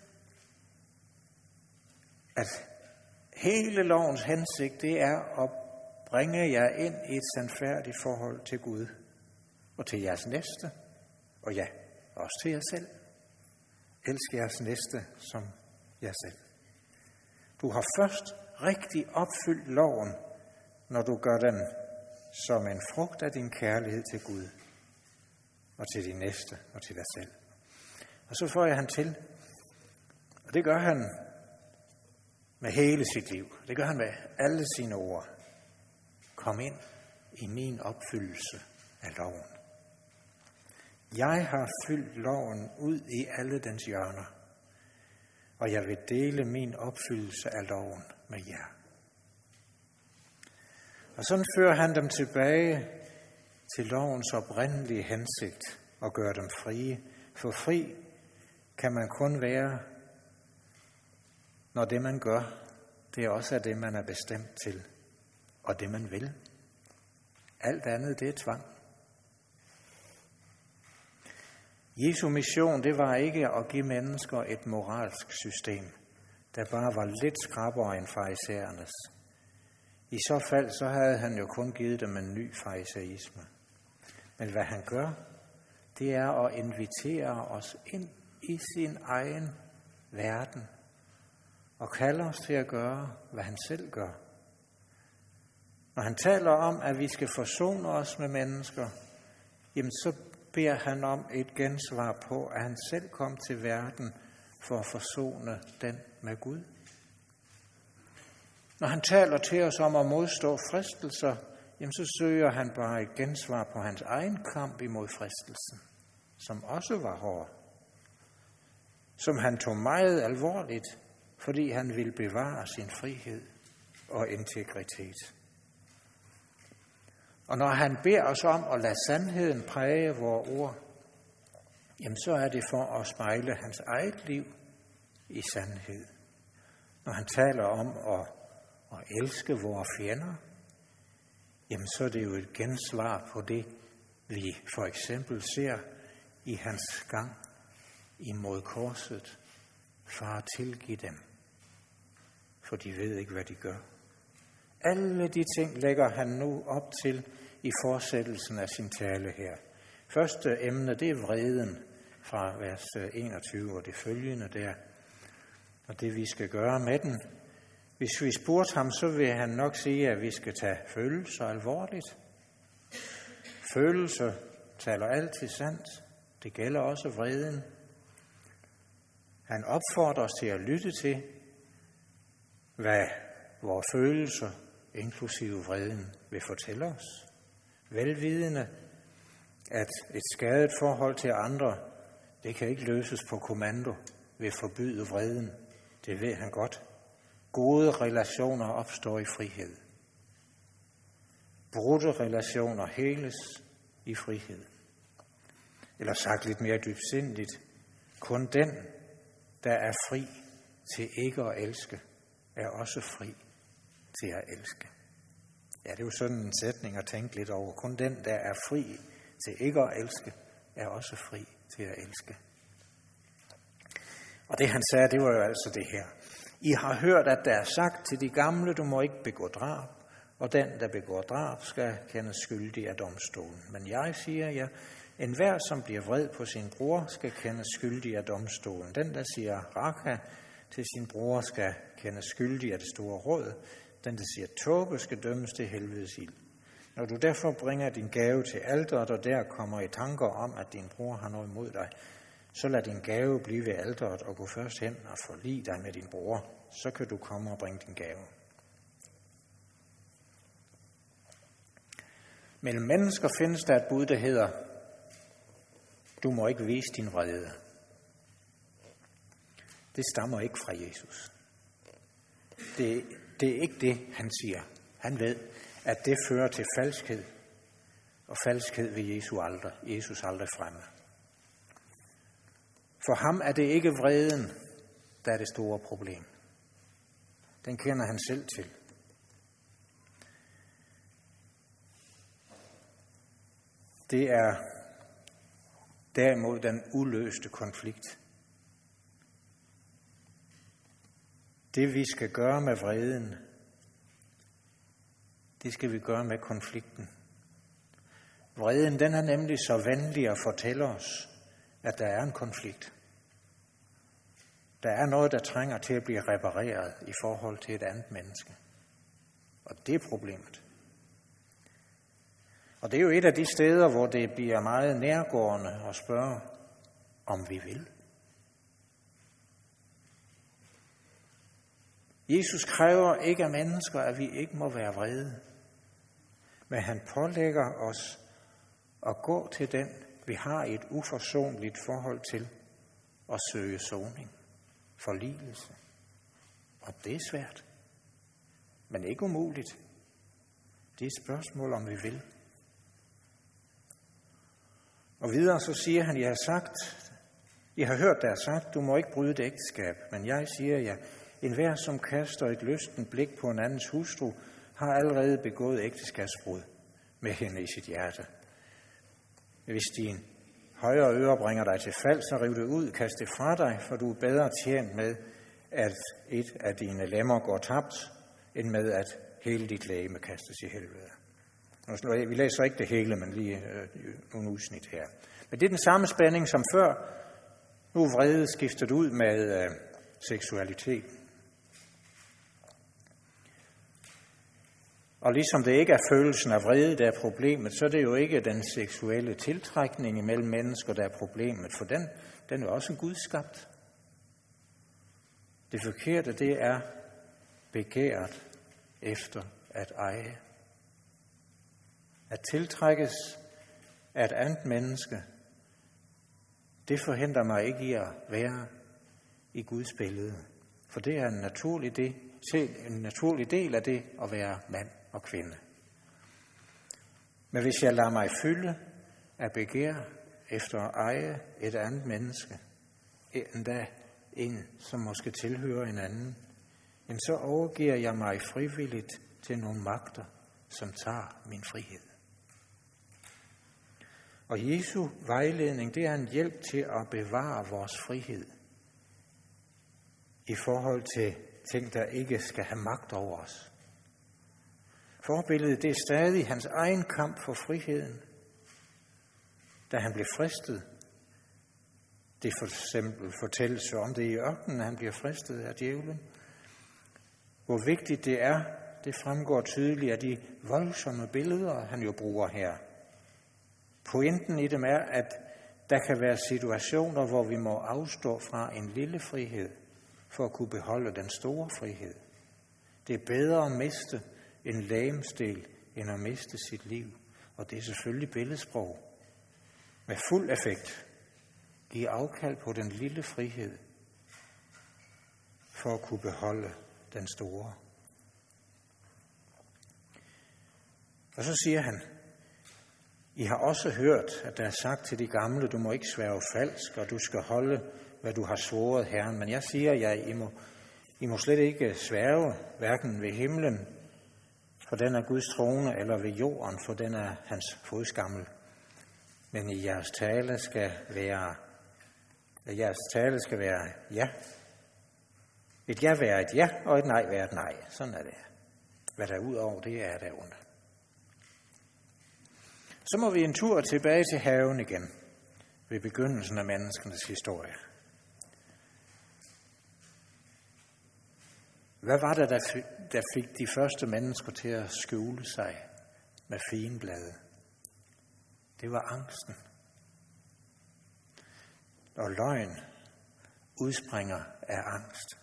at hele lovens hensigt, det er at bringe jer ind i et sandfærdigt forhold til Gud og til jeres næste, og ja, også til jer selv. Elsk jeres næste som jer selv. Du har først rigtig opfyldt loven, når du gør den som en frugt af din kærlighed til Gud og til din næste og til dig selv. Og så får jeg han til, og det gør han med hele sit liv. Det gør han med alle sine ord. Kom ind i min opfyldelse af loven. Jeg har fyldt loven ud i alle dens hjørner, og jeg vil dele min opfyldelse af loven med jer. Og sådan fører han dem tilbage til lovens oprindelige hensigt og gør dem frie. For fri kan man kun være, når det man gør, det også er det, man er bestemt til, og det man vil. Alt andet, det er tvang. Jesu mission, det var ikke at give mennesker et moralsk system, der bare var lidt skrappere end farisæernes. I så fald, så havde han jo kun givet dem en ny farisæisme. Men hvad han gør, det er at invitere os ind i sin egen verden og kalder os til at gøre, hvad han selv gør. Når han taler om, at vi skal forsone os med mennesker, jamen så beder han om et gensvar på, at han selv kom til verden for at forsone den med Gud. Når han taler til os om at modstå fristelser, jamen så søger han bare et gensvar på hans egen kamp imod fristelsen, som også var hård. Som han tog meget alvorligt, fordi han ville bevare sin frihed og integritet. Og når han beder os om at lade sandheden præge vores ord, jamen så er det for at spejle hans eget liv i sandhed. Når han taler om at elske vores fjender, jamen så er det jo et gensvar på det, vi for eksempel ser i hans gang imod korset. Far, tilgiv dem, for de ved ikke, hvad de gør. Alle de ting lægger han nu op til i fortsættelsen af sin tale her. Første emne, det er vreden fra vers 21 og det følgende der. Og det vi skal gøre med den. Hvis vi spurgte ham, så vil han nok sige, at vi skal tage følelser alvorligt. Følelser taler altid sandt. Det gælder også vreden. Han opfordrer os til at lytte til, hvad vores følelser, inklusive vreden, vil fortælle os. Velvidende, at et skadet forhold til andre, det kan ikke løses på kommando ved at forbyde vreden. Det ved han godt. Gode relationer opstår i frihed. Brudte relationer heles i frihed. Eller sagt lidt mere dybsindigt, kun den, der er fri til ikke at elske, er også fri til at elske. Ja, det er jo sådan en sætning at tænke lidt over. Kun den, der er fri til ikke at elske, er også fri til at elske. Og det han sagde, det var jo altså det her. I har hørt, at der er sagt til de gamle, du må ikke begå drab, og den, der begår drab, skal kendes skyldig af domstolen. Men jeg siger jer, enhver, som bliver vred på sin bror, skal kendes skyldig af domstolen. Den, der siger raka til sin bror, skal kendes skyldig af det store råd. Den, der siger tåbe, skal dømmes til helvedes ild. Når du derfor bringer din gave til alteret, og der kommer i tanker om, at din bror har noget imod dig, så lad din gave blive ved alteret og gå først hen og forlige dig med din bror. Så kan du komme og bringe din gave. Mellem mennesker findes der et bud, der hedder, du må ikke vise din vrede. Det stammer ikke fra Jesus. Det er ikke det, han siger. Han ved, at det fører til falskhed, og falskhed vil Jesus aldrig fremme. For ham er det ikke vreden, der er det store problem. Den kender han selv til. Det er derimod den uløste konflikt. Det vi skal gøre med vreden, det skal vi gøre med konflikten. Vreden, den er nemlig så venlig at fortælle os, at der er en konflikt. Der er noget, der trænger til at blive repareret i forhold til et andet menneske. Og det er problemet. Og det er jo et af de steder, hvor det bliver meget nærgående at spørge, om vi vil. Jesus kræver ikke af mennesker, at vi ikke må være vrede. Men han pålægger os at gå til den, vi har et uforsonligt forhold til, og søge soning, forligelse. Og det er svært, men ikke umuligt. Det er et spørgsmål, om vi vil. Og videre så siger han, I har hørt, der er sagt, du må ikke bryde et ægteskab, men jeg siger jer, enhver, som kaster et lysten blik på en andens hustru, har allerede begået ægteskabsbrud med hende i sit hjerte. Hvis din højre øre bringer dig til fald, så riv det ud, kast det fra dig, for du er bedre tjent med, at et af dine lemmer går tabt, end med, at hele dit legeme kastes i helvede. Vi læser ikke det hele, men lige nogle udsnit her. Men det er den samme spænding som før. Nu er vrede skiftet ud med seksualitet. Og ligesom det ikke er følelsen af vrede, der er problemet, så er det jo ikke den seksuelle tiltrækning imellem mennesker, der er problemet, for den er også gudskabt. Det forkerte, det er begæret efter at eje. At tiltrækkes af et andet menneske, det forhindrer mig ikke i at være i Guds billede. For det er en naturlig del af det at være mand og kvinde. Men hvis jeg lader mig fylde af begær efter at eje et andet menneske, endda en, som måske tilhører en anden, så overgiver jeg mig frivilligt til nogle magter, som tager min frihed. Og Jesu vejledning, det er en hjælp til at bevare vores frihed i forhold til ting, der ikke skal have magt over os. Forbilledet, det er stadig hans egen kamp for friheden, da han blev fristet. Det for eksempel fortælles om det i ørkenen, han bliver fristet af djævlen. Hvor vigtigt det er, det fremgår tydeligt af de voldsomme billeder, han jo bruger her. Pointen i dem er, at der kan være situationer, hvor vi må afstå fra en lille frihed, for at kunne beholde den store frihed. Det er bedre at miste en legemsdel, end at miste sit liv. Og det er selvfølgelig billedsprog. Med fuld effekt. Giv afkald på den lille frihed, for at kunne beholde den store. Og så siger han, I har også hørt, at der er sagt til de gamle, du må ikke sværge falsk, og du skal holde, hvad du har svoret Herren. Men jeg siger jer, I må slet ikke sværge, hverken ved himlen, for den er Guds trone, eller ved jorden, for den er hans fodskammel. Men i jeres tale skal være ja. Et ja være et ja, og et nej være et nej. Sådan er det. Hvad der er ud over, det er derunder. Så må vi en tur tilbage til haven igen, ved begyndelsen af menneskenes historie. Hvad var det, der fik de første mennesker til at skjule sig med figenblade? Det var angsten. Og løgn udspringer af angst.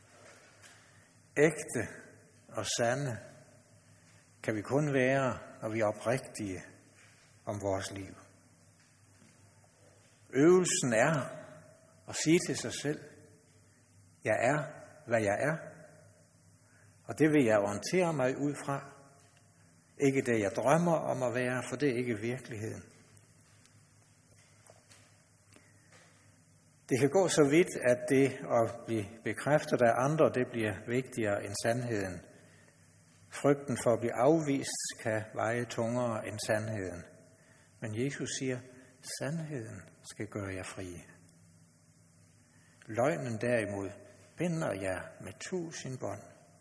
Ægte og sande kan vi kun være, når vi er oprigtige om vores liv. Øvelsen er at sige til sig selv, jeg er, hvad jeg er, Og det vil jeg orientere mig ud fra. Ikke det, jeg drømmer om at være, for det er ikke virkeligheden. Det kan gå så vidt, at det at blive bekræftet af andre, det bliver vigtigere end sandheden. Frygten for at blive afvist kan veje tungere end sandheden. Men Jesus siger, sandheden skal gøre jer frie. Løgnen derimod binder jer med 1000 bånd.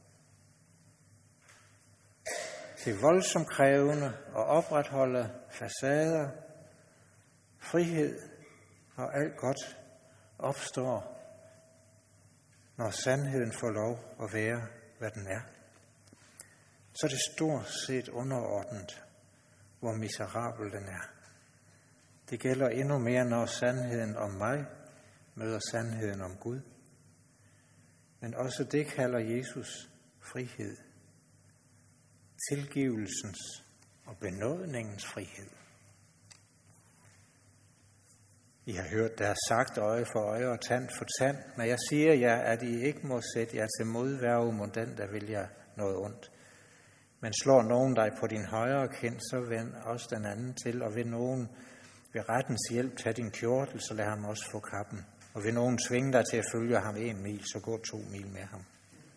Det er voldsomt krævende at opretholde facader, frihed og alt godt opstår, når sandheden får lov at være, hvad den er. Så er det stort set underordnet, hvor miserabel den er. Det gælder endnu mere, når sandheden om mig møder sandheden om Gud. Men også det kalder Jesus frihed. Tilgivelsens og benådningens frihed. I har hørt, der er sagt øje for øje og tand for tand, men jeg siger jer, at I ikke må sætte jer til modværge mod den, der vil jer noget ondt. Men slår nogen dig på din højre kind, så vend også den anden til, og vil nogen ved rettens hjælp tage din kjortel, så lad ham også få kappen. Og vil nogen tvinge dig til at følge ham 1 mil, så gå 2 mil med ham.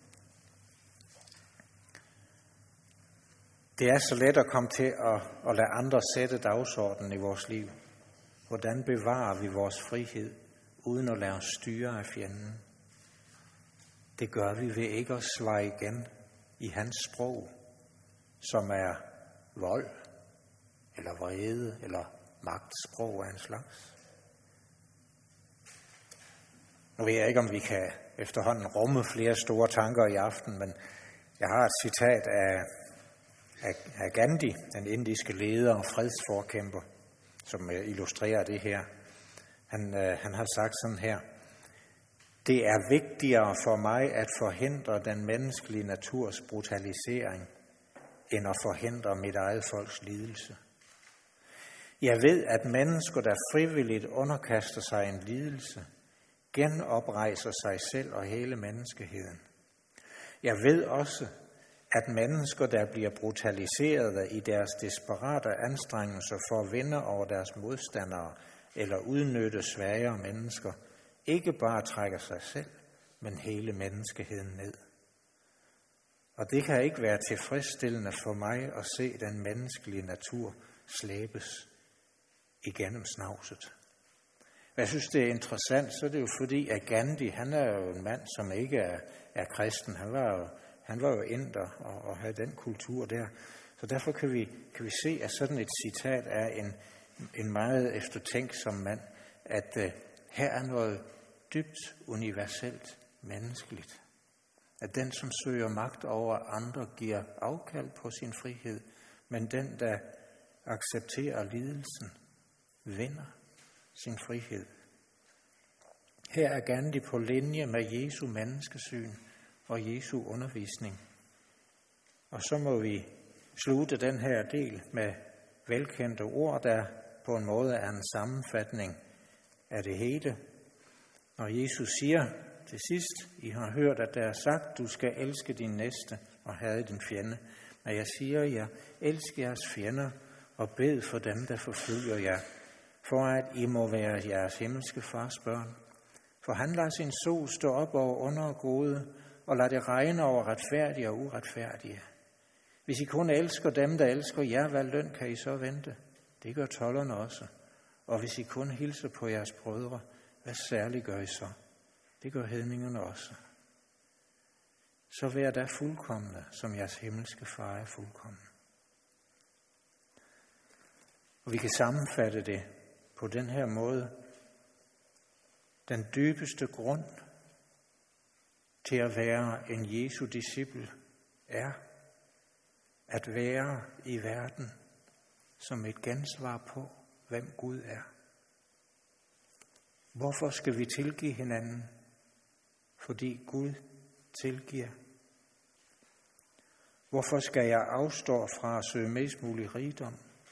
Det er så let at komme til at lade andre sætte dagsordenen i vores liv. Hvordan bevarer vi vores frihed, uden at lade os styre af fjenden? Det gør vi ved ikke at svare igen i hans sprog, som er vold, eller vrede, eller magtsprog af en slags. Nu ved jeg ikke, om vi kan efterhånden rumme flere store tanker i aften, men jeg har et citat af Gandhi, den indiske leder og fredsforkæmper, som illustrerer det her. Han har sagt sådan her: det er vigtigere for mig at forhindre den menneskelige naturs brutalisering, end at forhindre mit eget folks lidelse. Jeg ved, at mennesker, der frivilligt underkaster sig en lidelse, genoprejser sig selv og hele menneskeheden. Jeg ved også, at mennesker, der bliver brutaliseret i deres desperate anstrengelser for at vinde over deres modstandere eller udnytte svagere mennesker, ikke bare trækker sig selv, men hele menneskeheden ned. Og det kan ikke være tilfredsstillende for mig at se den menneskelige natur slæbes igennem snavset. Jeg synes, det er interessant, så er det jo fordi, at Gandhi, han er jo en mand, som ikke er kristen. Han var jo inder og havde den kultur der. Så derfor kan vi se, at sådan et citat er en meget eftertænksom mand, at her er noget dybt universelt menneskeligt. At den, som søger magt over andre, giver afkald på sin frihed, men den, der accepterer lidelsen, vinder sin frihed. Her er Gandhi på linje med Jesu menneskesyn og Jesu undervisning. Og så må vi slutte den her del med velkendte ord, der på en måde er en sammenfatning af det hele. Når Jesus siger til sidst, I har hørt, at der er sagt, du skal elske din næste og hade din fjende. Men jeg siger jer, elsk jeres fjender og bed for dem, der forfølger jer, for at I må være jeres himmelske fars børn. For han lader sin sol stå op over under og gode, og lader det regne over retfærdige og uretfærdige. Hvis I kun elsker dem, der elsker jer, hvad løn kan I så vente? Det gør tolderne også. Og hvis I kun hilser på jeres brødre, hvad særligt gør I så? Det gør hedningerne også. Så vær der fuldkomne, som jeres himmelske far er fuldkommen. Og vi kan sammenfatte det på den her måde. Den dybeste grund til at være en Jesu disciple er at være i verden som et gensvar på, hvem Gud er. Hvorfor skal vi tilgive hinanden? Fordi Gud tilgiver. Hvorfor skal jeg afstå fra at søge mest mulig rigdom?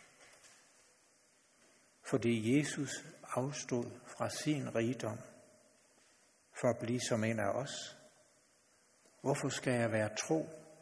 Fordi Jesus afstod fra sin rigdom for at blive som en af os. Hvorfor skal jeg være tro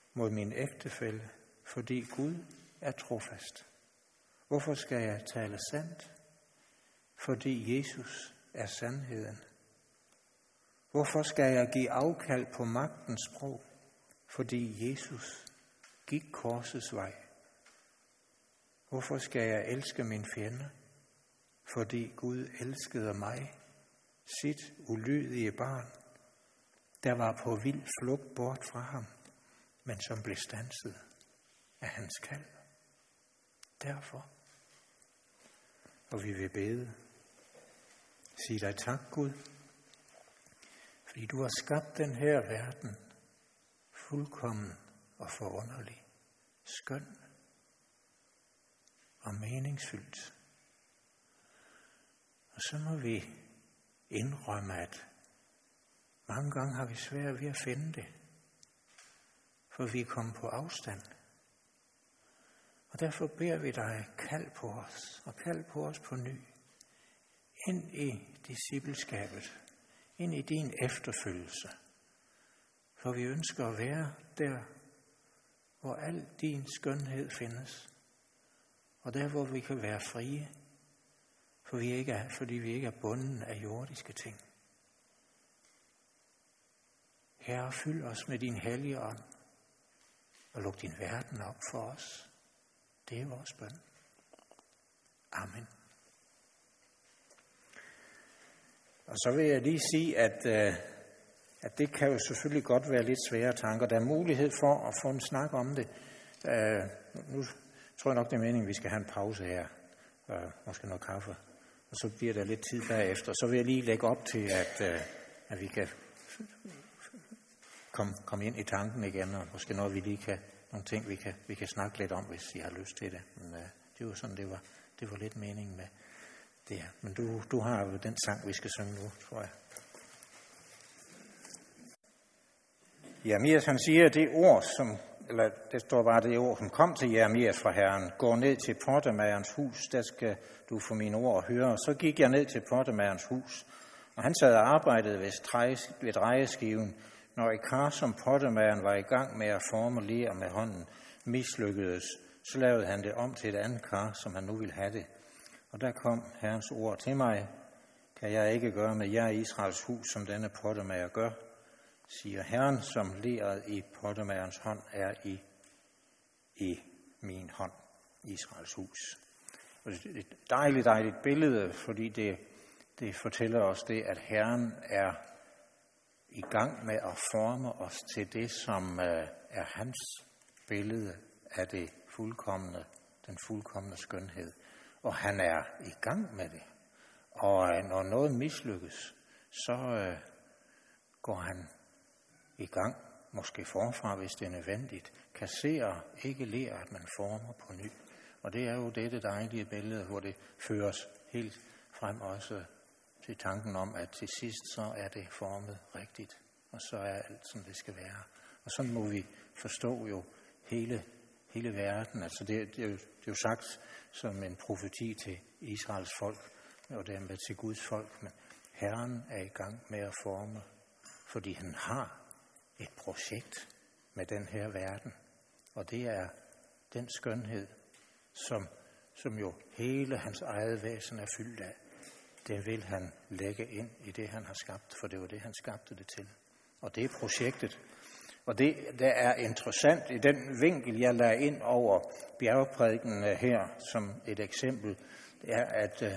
mod min ægtefælle, fordi Gud er trofast? Hvorfor skal jeg tale sandt? Fordi Jesus er sandheden. Hvorfor skal jeg give afkald på magtens sprog? Fordi Jesus gik korsets vej. Hvorfor skal jeg elske min fjende? Fordi Gud elskede mig, sit ulydige barn, der var på vild flugt bort fra ham, men som blev standset af hans kald. Derfor. Og vi vil bede. Sig dig tak, Gud, fordi du har skabt den her verden fuldkommen og forunderlig, skøn og meningsfyldt. Og så må vi indrømme, at mange gange har vi svært ved at finde det, for vi er kommet på afstand. Og derfor beder vi dig, kald på os, og kald på os på ny, ind i discipleskabet, ind i din efterfølgelse. For vi ønsker at være der, hvor al din skønhed findes, og der, hvor vi kan være frie, fordi vi ikke er bundet af jordiske ting. Herre, fyld os med din hellige ånd, og luk din verden op for os. Det er vores bøn. Amen. Og så vil jeg lige sige, at det kan jo selvfølgelig godt være lidt svære tanker. Der er mulighed for at få en snak om det. Nu tror jeg nok, det er meningen, at vi skal have en pause her. Måske noget kaffe. Og så bliver der lidt tid bagefter. Så vil jeg lige lægge op til, at vi kan komme ind i tanken igen, og måske nogle ting, vi kan snakke lidt om, hvis I har lyst til det. Men det var sådan, det var lidt meningen med det her. Men du har jo den sang, vi skal synge nu, tror jeg. Jeremias, han siger det ord, det står bare det ord, som kom til Jeremias fra Herren. Gå ned til pottemagerens hus, der skal du få mine ord høre. Og så gik jeg ned til pottemagerens hus, og han sad og arbejdede ved drejeskiven, når et kar, som pottemageren var i gang med at forme ler med hånden, mislykkedes, så lavede han det om til et andet kar, som han nu ville have det. Og der kom Herrens ord til mig: kan jeg ikke gøre med jer Israels hus, som denne pottemager gør, siger Herren, som leret i pottemagerens hånd er i min hånd, Israels hus. Og det er et dejligt billede, fordi det fortæller os det, at Herren er i gang med at forme os til det, som er hans billede af det fuldkomne, den fuldkomne skønhed. Og han er i gang med det. Og når noget mislykkes, så går han i gang, måske forfra, hvis det er nødvendigt, kasserer ikke leret, men former på ny. Og det er jo det dejlige billede, hvor det føres helt frem også til tanken om, at til sidst så er det formet rigtigt, og så er alt, som det skal være. Og sådan må vi forstå jo hele verden. Altså det er jo sagt som en profeti til Israels folk, og dermed til Guds folk, men Herren er i gang med at forme, fordi han har et projekt med den her verden, og det er den skønhed, som jo hele hans eget væsen er fyldt af. Det vil han lægge ind i det, han har skabt, for det var det, han skabte det til. Og det er projektet. Og det, der er interessant i den vinkel, jeg lader ind over bjergprædiken her som et eksempel, det er,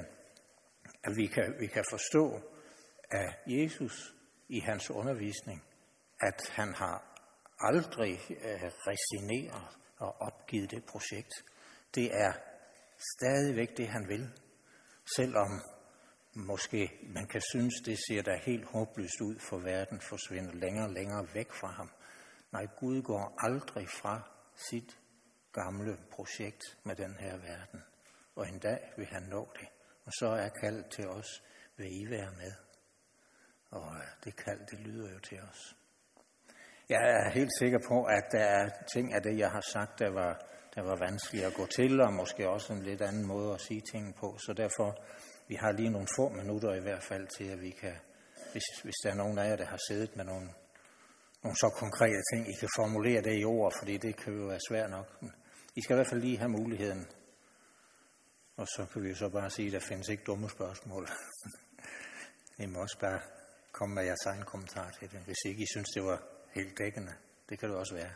at vi kan forstå af Jesus i hans undervisning, at han har aldrig resigneret og opgivet det projekt. Det er stadigvæk det, han vil, selvom måske man kan synes, det ser da helt håbløst ud, for verden forsvinder længere og længere væk fra ham. Nej, Gud går aldrig fra sit gamle projekt med den her verden. Og en dag vil han nå det. Og så er kaldet til os, vil I være med? Og det kald, det lyder jo til os. Jeg er helt sikker på, at der er ting af det, jeg har sagt, der var vanskeligt at gå til, og måske også en lidt anden måde at sige ting på. Så derfor, vi har lige nogle få minutter i hvert fald til, at vi kan, hvis der er nogen af jer, der har siddet med nogle så konkrete ting, I kan formulere det i ord, fordi det kan jo være svært nok. Men I skal i hvert fald lige have muligheden. Og så kan vi jo så bare sige, at der findes ikke dumme spørgsmål. I må også bare komme med jeres egen kommentar til det, hvis ikke I synes, det var helt dækkende. Det kan det også være.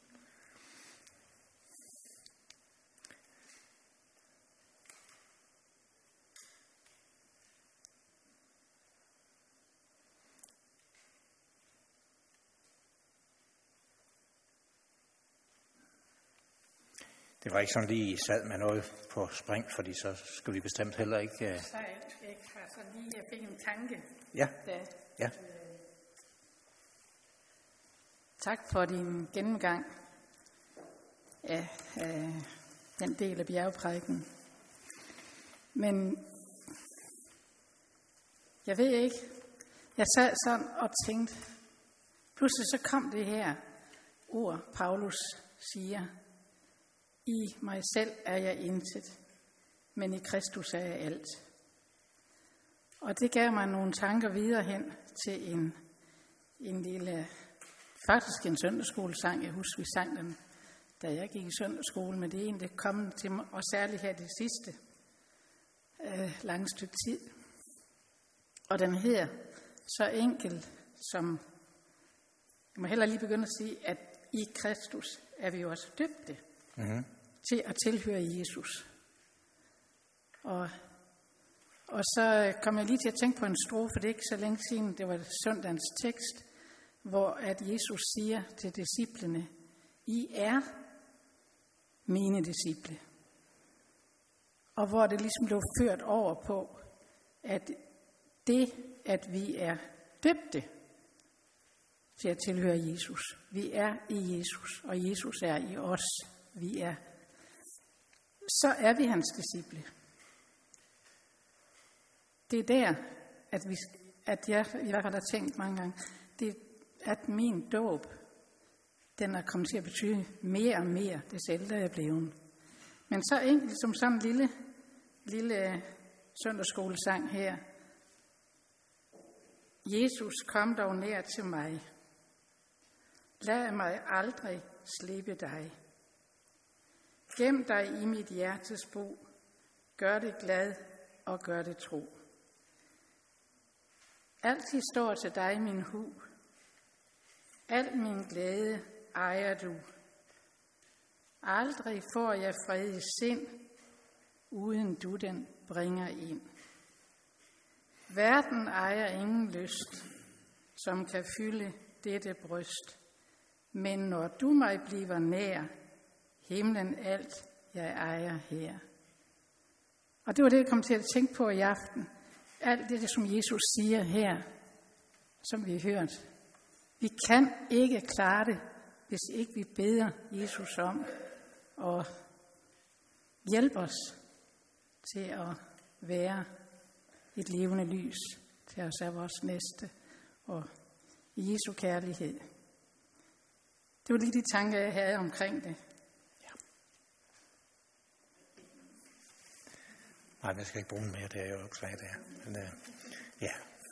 Det var ikke sådan lige, I sad med noget på spring, fordi så skulle vi bestemt heller ikke... Så jeg har så lige, jeg fik en tanke. Ja, ja. Tak for din gennemgang af den del af bjergprædiken. Men jeg ved ikke, jeg sad sådan og tænkte, pludselig så kom det her ord, Paulus siger, i mig selv er jeg intet, men i Kristus er jeg alt. Og det gav mig nogle tanker videre hen til en lille, faktisk en søndagsskolesang. Jeg husker, vi sang den, da jeg gik i søndagsskole, men det er egentlig kommet til mig, og særligt her det sidste lange stykke tid. Og den her så enkel som, jeg må hellere lige begynde at sige, at i Kristus er vi jo også døbte. Mm-hmm. Til at tilhøre Jesus. Og så kom jeg lige til at tænke på en strofe, det er ikke så længe siden, det var søndagens tekst, hvor at Jesus siger til disciplene, I er mine disciple. Og hvor det ligesom blev ført over på, at det, at vi er døbte til at tilhøre Jesus. Vi er i Jesus, og Jesus er i os. Vi er. Så er vi hans disciple. Det er der, at jeg i hvert fald har tænkt mange gange, det at min dåb, den er kommet til at betyde mere og mere, des ældre jeg er blevet. Men så enkelt som sådan en lille søndagsskolesang her. Jesus, kom dog nær til mig. Lad mig aldrig slippe dig. Gem dig i mit hjertes bo. Gør det glad og gør det tro. Altid står til dig min hu. Al min glæde ejer du. Aldrig får jeg fred i sind, uden du den bringer ind. Verden ejer ingen lyst, som kan fylde dette bryst. Men når du mig bliver nær, himlen alt jeg ejer her. Og det var det, jeg kom til at tænke på i aften. Alt det, som Jesus siger her, som vi har hørt. Vi kan ikke klare det, hvis ikke vi beder Jesus om at hjælpe os til at være et levende lys til os af vores næste og i Jesu kærlighed. Det var lige de tanker, jeg havde omkring det. Ja. Nej, jeg skal ikke bruge mere, det er jo ikke svært der. Men ja.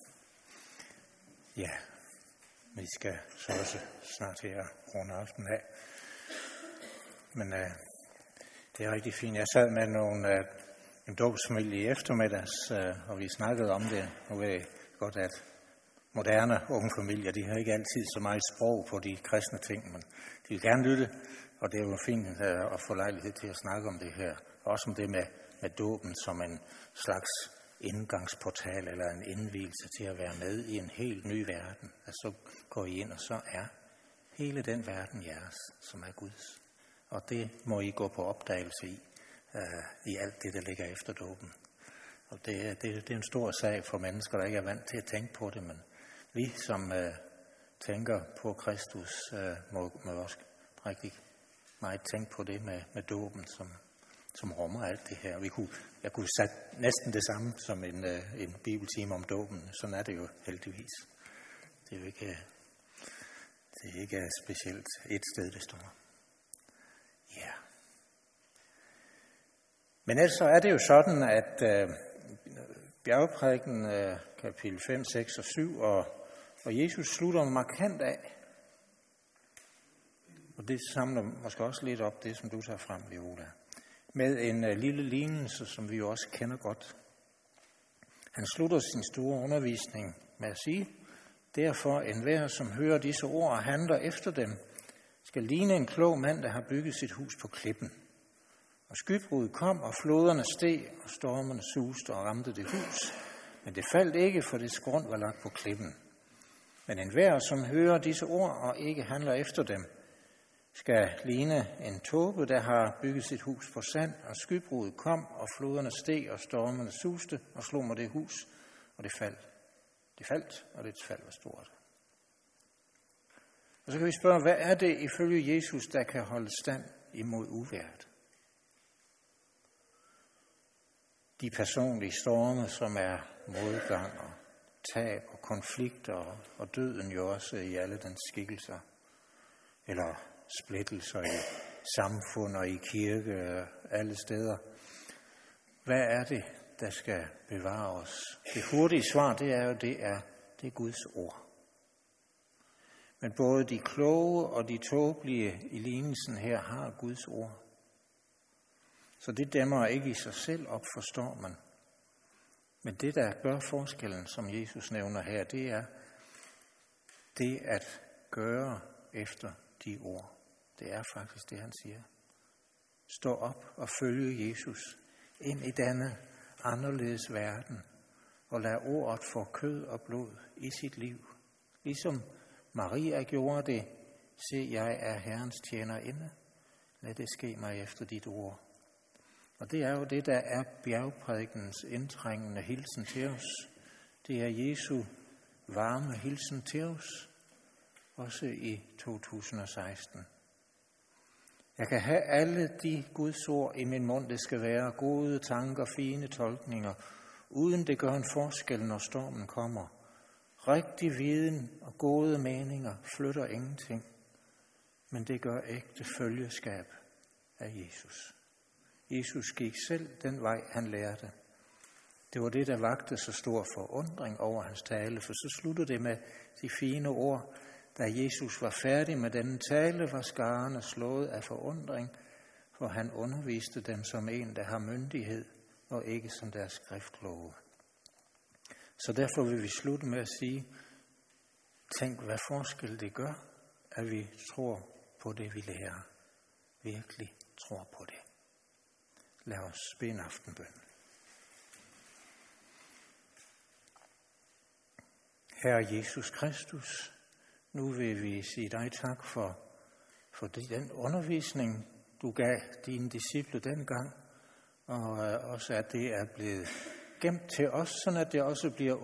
Ja, vi skal så også snart til at runde aften af. Men det er rigtig fint. Jeg sad med en dåbsfamilie i eftermiddags, og vi snakkede om det. Nu ved jeg godt, at moderne unge familier, de har ikke altid så meget sprog på de kristne ting, men de vil gerne lytte, og det er jo fint at få lejlighed til at snakke om det her. Også om det med dåben som en slags indgangsportal eller en indvielse til at være med i en helt ny verden. Altså så går I ind, og så er hele den verden jeres, som er Guds. Og det må I gå på opdagelse i alt det, der ligger efter dåben. Og det er en stor sag for mennesker, der ikke er vant til at tænke på det, men vi, som tænker på Kristus, må også rigtig meget tænke på det med dåben, som rummer alt det her. Jeg kunne sætte næsten det samme som en bibeltime om dåben. Sådan er det jo heldigvis. Det er jo ikke specielt et sted, det står. Ja. Men ellers så er det jo sådan, at bjergprædiken kapitel 5, 6 og 7, og Jesus slutter markant af Og det samler måske også lidt op det, som du tager frem, Viola. Med en lille lignelse, som vi jo også kender godt. Han slutter sin store undervisning med at sige, derfor enhver, som hører disse ord og handler efter dem, skal ligne en klog mand, der har bygget sit hus på klippen. Og skybruddet kom, og floderne steg, og stormene suste og ramte det hus. Men det faldt ikke, for dets grund var lagt på klippen. Men enhver, som hører disse ord og ikke handler efter dem, skal ligne en tåbe, der har bygget sit hus på sand, og skybruddet kom, og floderne steg, og stormene suste og slog mod det hus, og det faldt. Det faldt, og dets fald var stort. Og så kan vi spørge, hvad er det ifølge Jesus, der kan holde stand imod uvejret? De personlige storme, som er modgang og tab og konflikter og døden jo også i alle dens skikkelser. Eller splittelser i samfund og i kirke og alle steder. Hvad er det, der skal bevare os? Det hurtige svar, det er Guds ord. Men både de kloge og de tåbelige i lignelsen her har Guds ord. Så det dæmmer ikke i sig selv op, forstår man. Men det, der gør forskellen, som Jesus nævner her, det er det at gøre efter de ord. Det er faktisk det, han siger. Stå op og følge Jesus ind i denne anderledes verden, og lad ordet få kød og blod i sit liv. Ligesom Maria gjorde det, se, jeg er Herrens tjenerinde. Lad det ske mig efter dit ord. Og det er jo det, der er bjergprædikenens indtrængende hilsen til os. Det er Jesu varme hilsen til os, også i 2016. Jeg kan have alle de Guds ord i min mund, det skal være gode tanker, fine tolkninger, uden det gør en forskel, når stormen kommer. Rigtig viden og gode meninger flytter ingenting, men det gør ægte følgeskab af Jesus. Jesus gik selv den vej, han lærte. Det var det, der vagte så stor forundring over hans tale, for så sluttede det med de fine ord. Da Jesus var færdig med denne tale, var skarerne slået af forundring, for han underviste dem som en, der har myndighed, og ikke som deres skriftkloge. Så derfor vil vi slutte med at sige, tænk, hvad forskel det gør, at vi tror på det, vi lærer. Virkelig tror på det. Lad os bede en aftenbøn. Herre Jesus Kristus, nu vil vi sige dig tak for den undervisning, du gav dine disciple dengang, og også at det er blevet gemt til os, sådan at det også bliver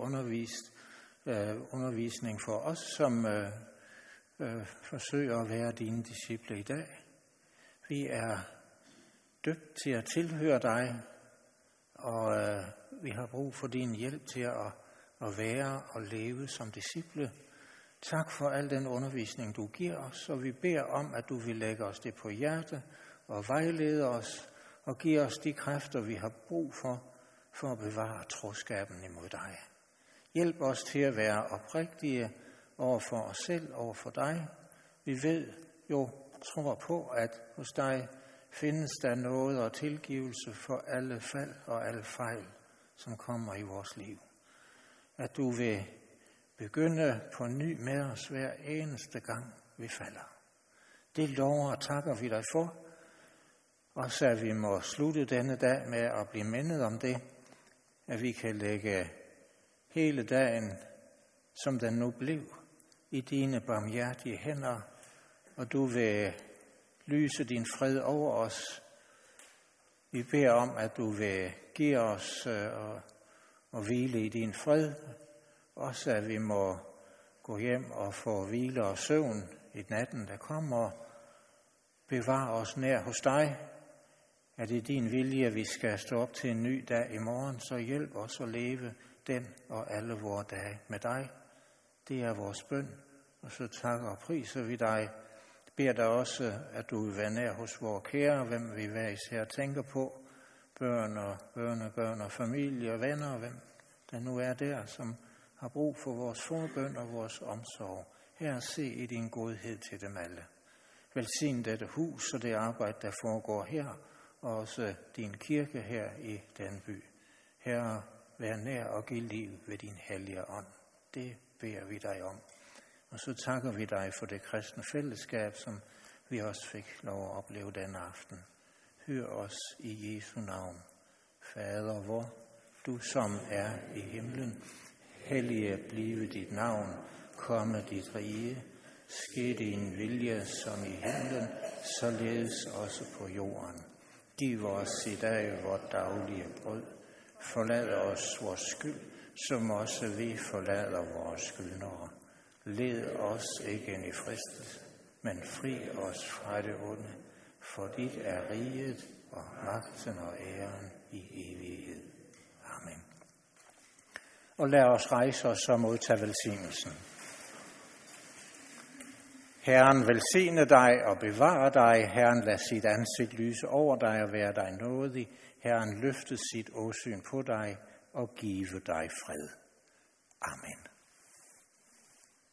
undervisning for os, som forsøger at være dine disciple i dag. Vi er døbt til at tilhøre dig, og vi har brug for din hjælp til at være og leve som disciple. Tak for al den undervisning, du giver os, og vi beder om, at du vil lægge os det på hjerte og vejlede os og give os de kræfter, vi har brug for at bevare troskaben imod dig. Hjælp os til at være oprigtige over for os selv, over for dig. Vi ved jo, tror på, at hos dig findes der noget og tilgivelse for alle fald og alle fejl, som kommer i vores liv. At du vil begynde på ny med os hver eneste gang, vi falder. Det lover og takker vi dig for, og så at vi må slutte denne dag med at blive mindet om det, at vi kan lægge hele dagen, som den nu blev, i dine barmhjertige hænder, og du vil lyse din fred over os. Vi beder om, at du vil give os og hvile i din fred, også at vi må gå hjem og få hvile og søvn i natten, der kommer. Bevare os nær hos dig. Er det din vilje, at vi skal stå op til en ny dag i morgen, så hjælp os at leve den og alle vore dage med dig. Det er vores bøn, og så takker og priser vi dig. Beder dig også, at du vil være nær hos vores kære, hvem vi hver især tænker på, børn og børnebørn og familie og venner, hvem der nu er der, som har brug for vores forbøn og vores omsorg. Her se i din godhed til dem alle. Velsign dette hus og det arbejde, der foregår her, og også din kirke her i den by. Herre, vær nær og giv liv ved din hellige ånd. Det beder vi dig om. Og så takker vi dig for det kristne fællesskab, som vi også fik lov at opleve denne aften. Hør os i Jesu navn. Fader vor, du som er i himlen, hellige blive dit navn, komme dit rige, ske din vilje som i himlen, således også på jorden. Giv os i dag vort daglige brød. Forlad os vores skyld, som også vi forlader vores skyldnere. Led os ikke ind i fristelse, men fri os fra det onde. For dit er riget og magten og æren i evighed. Amen. Og lad os rejse os og modtage velsignelsen. Herren velsigne dig og bevare dig. Herren lad sit ansigt lyse over dig og være dig nådig. Herren løfte sit åsyn på dig og give dig fred. Amen.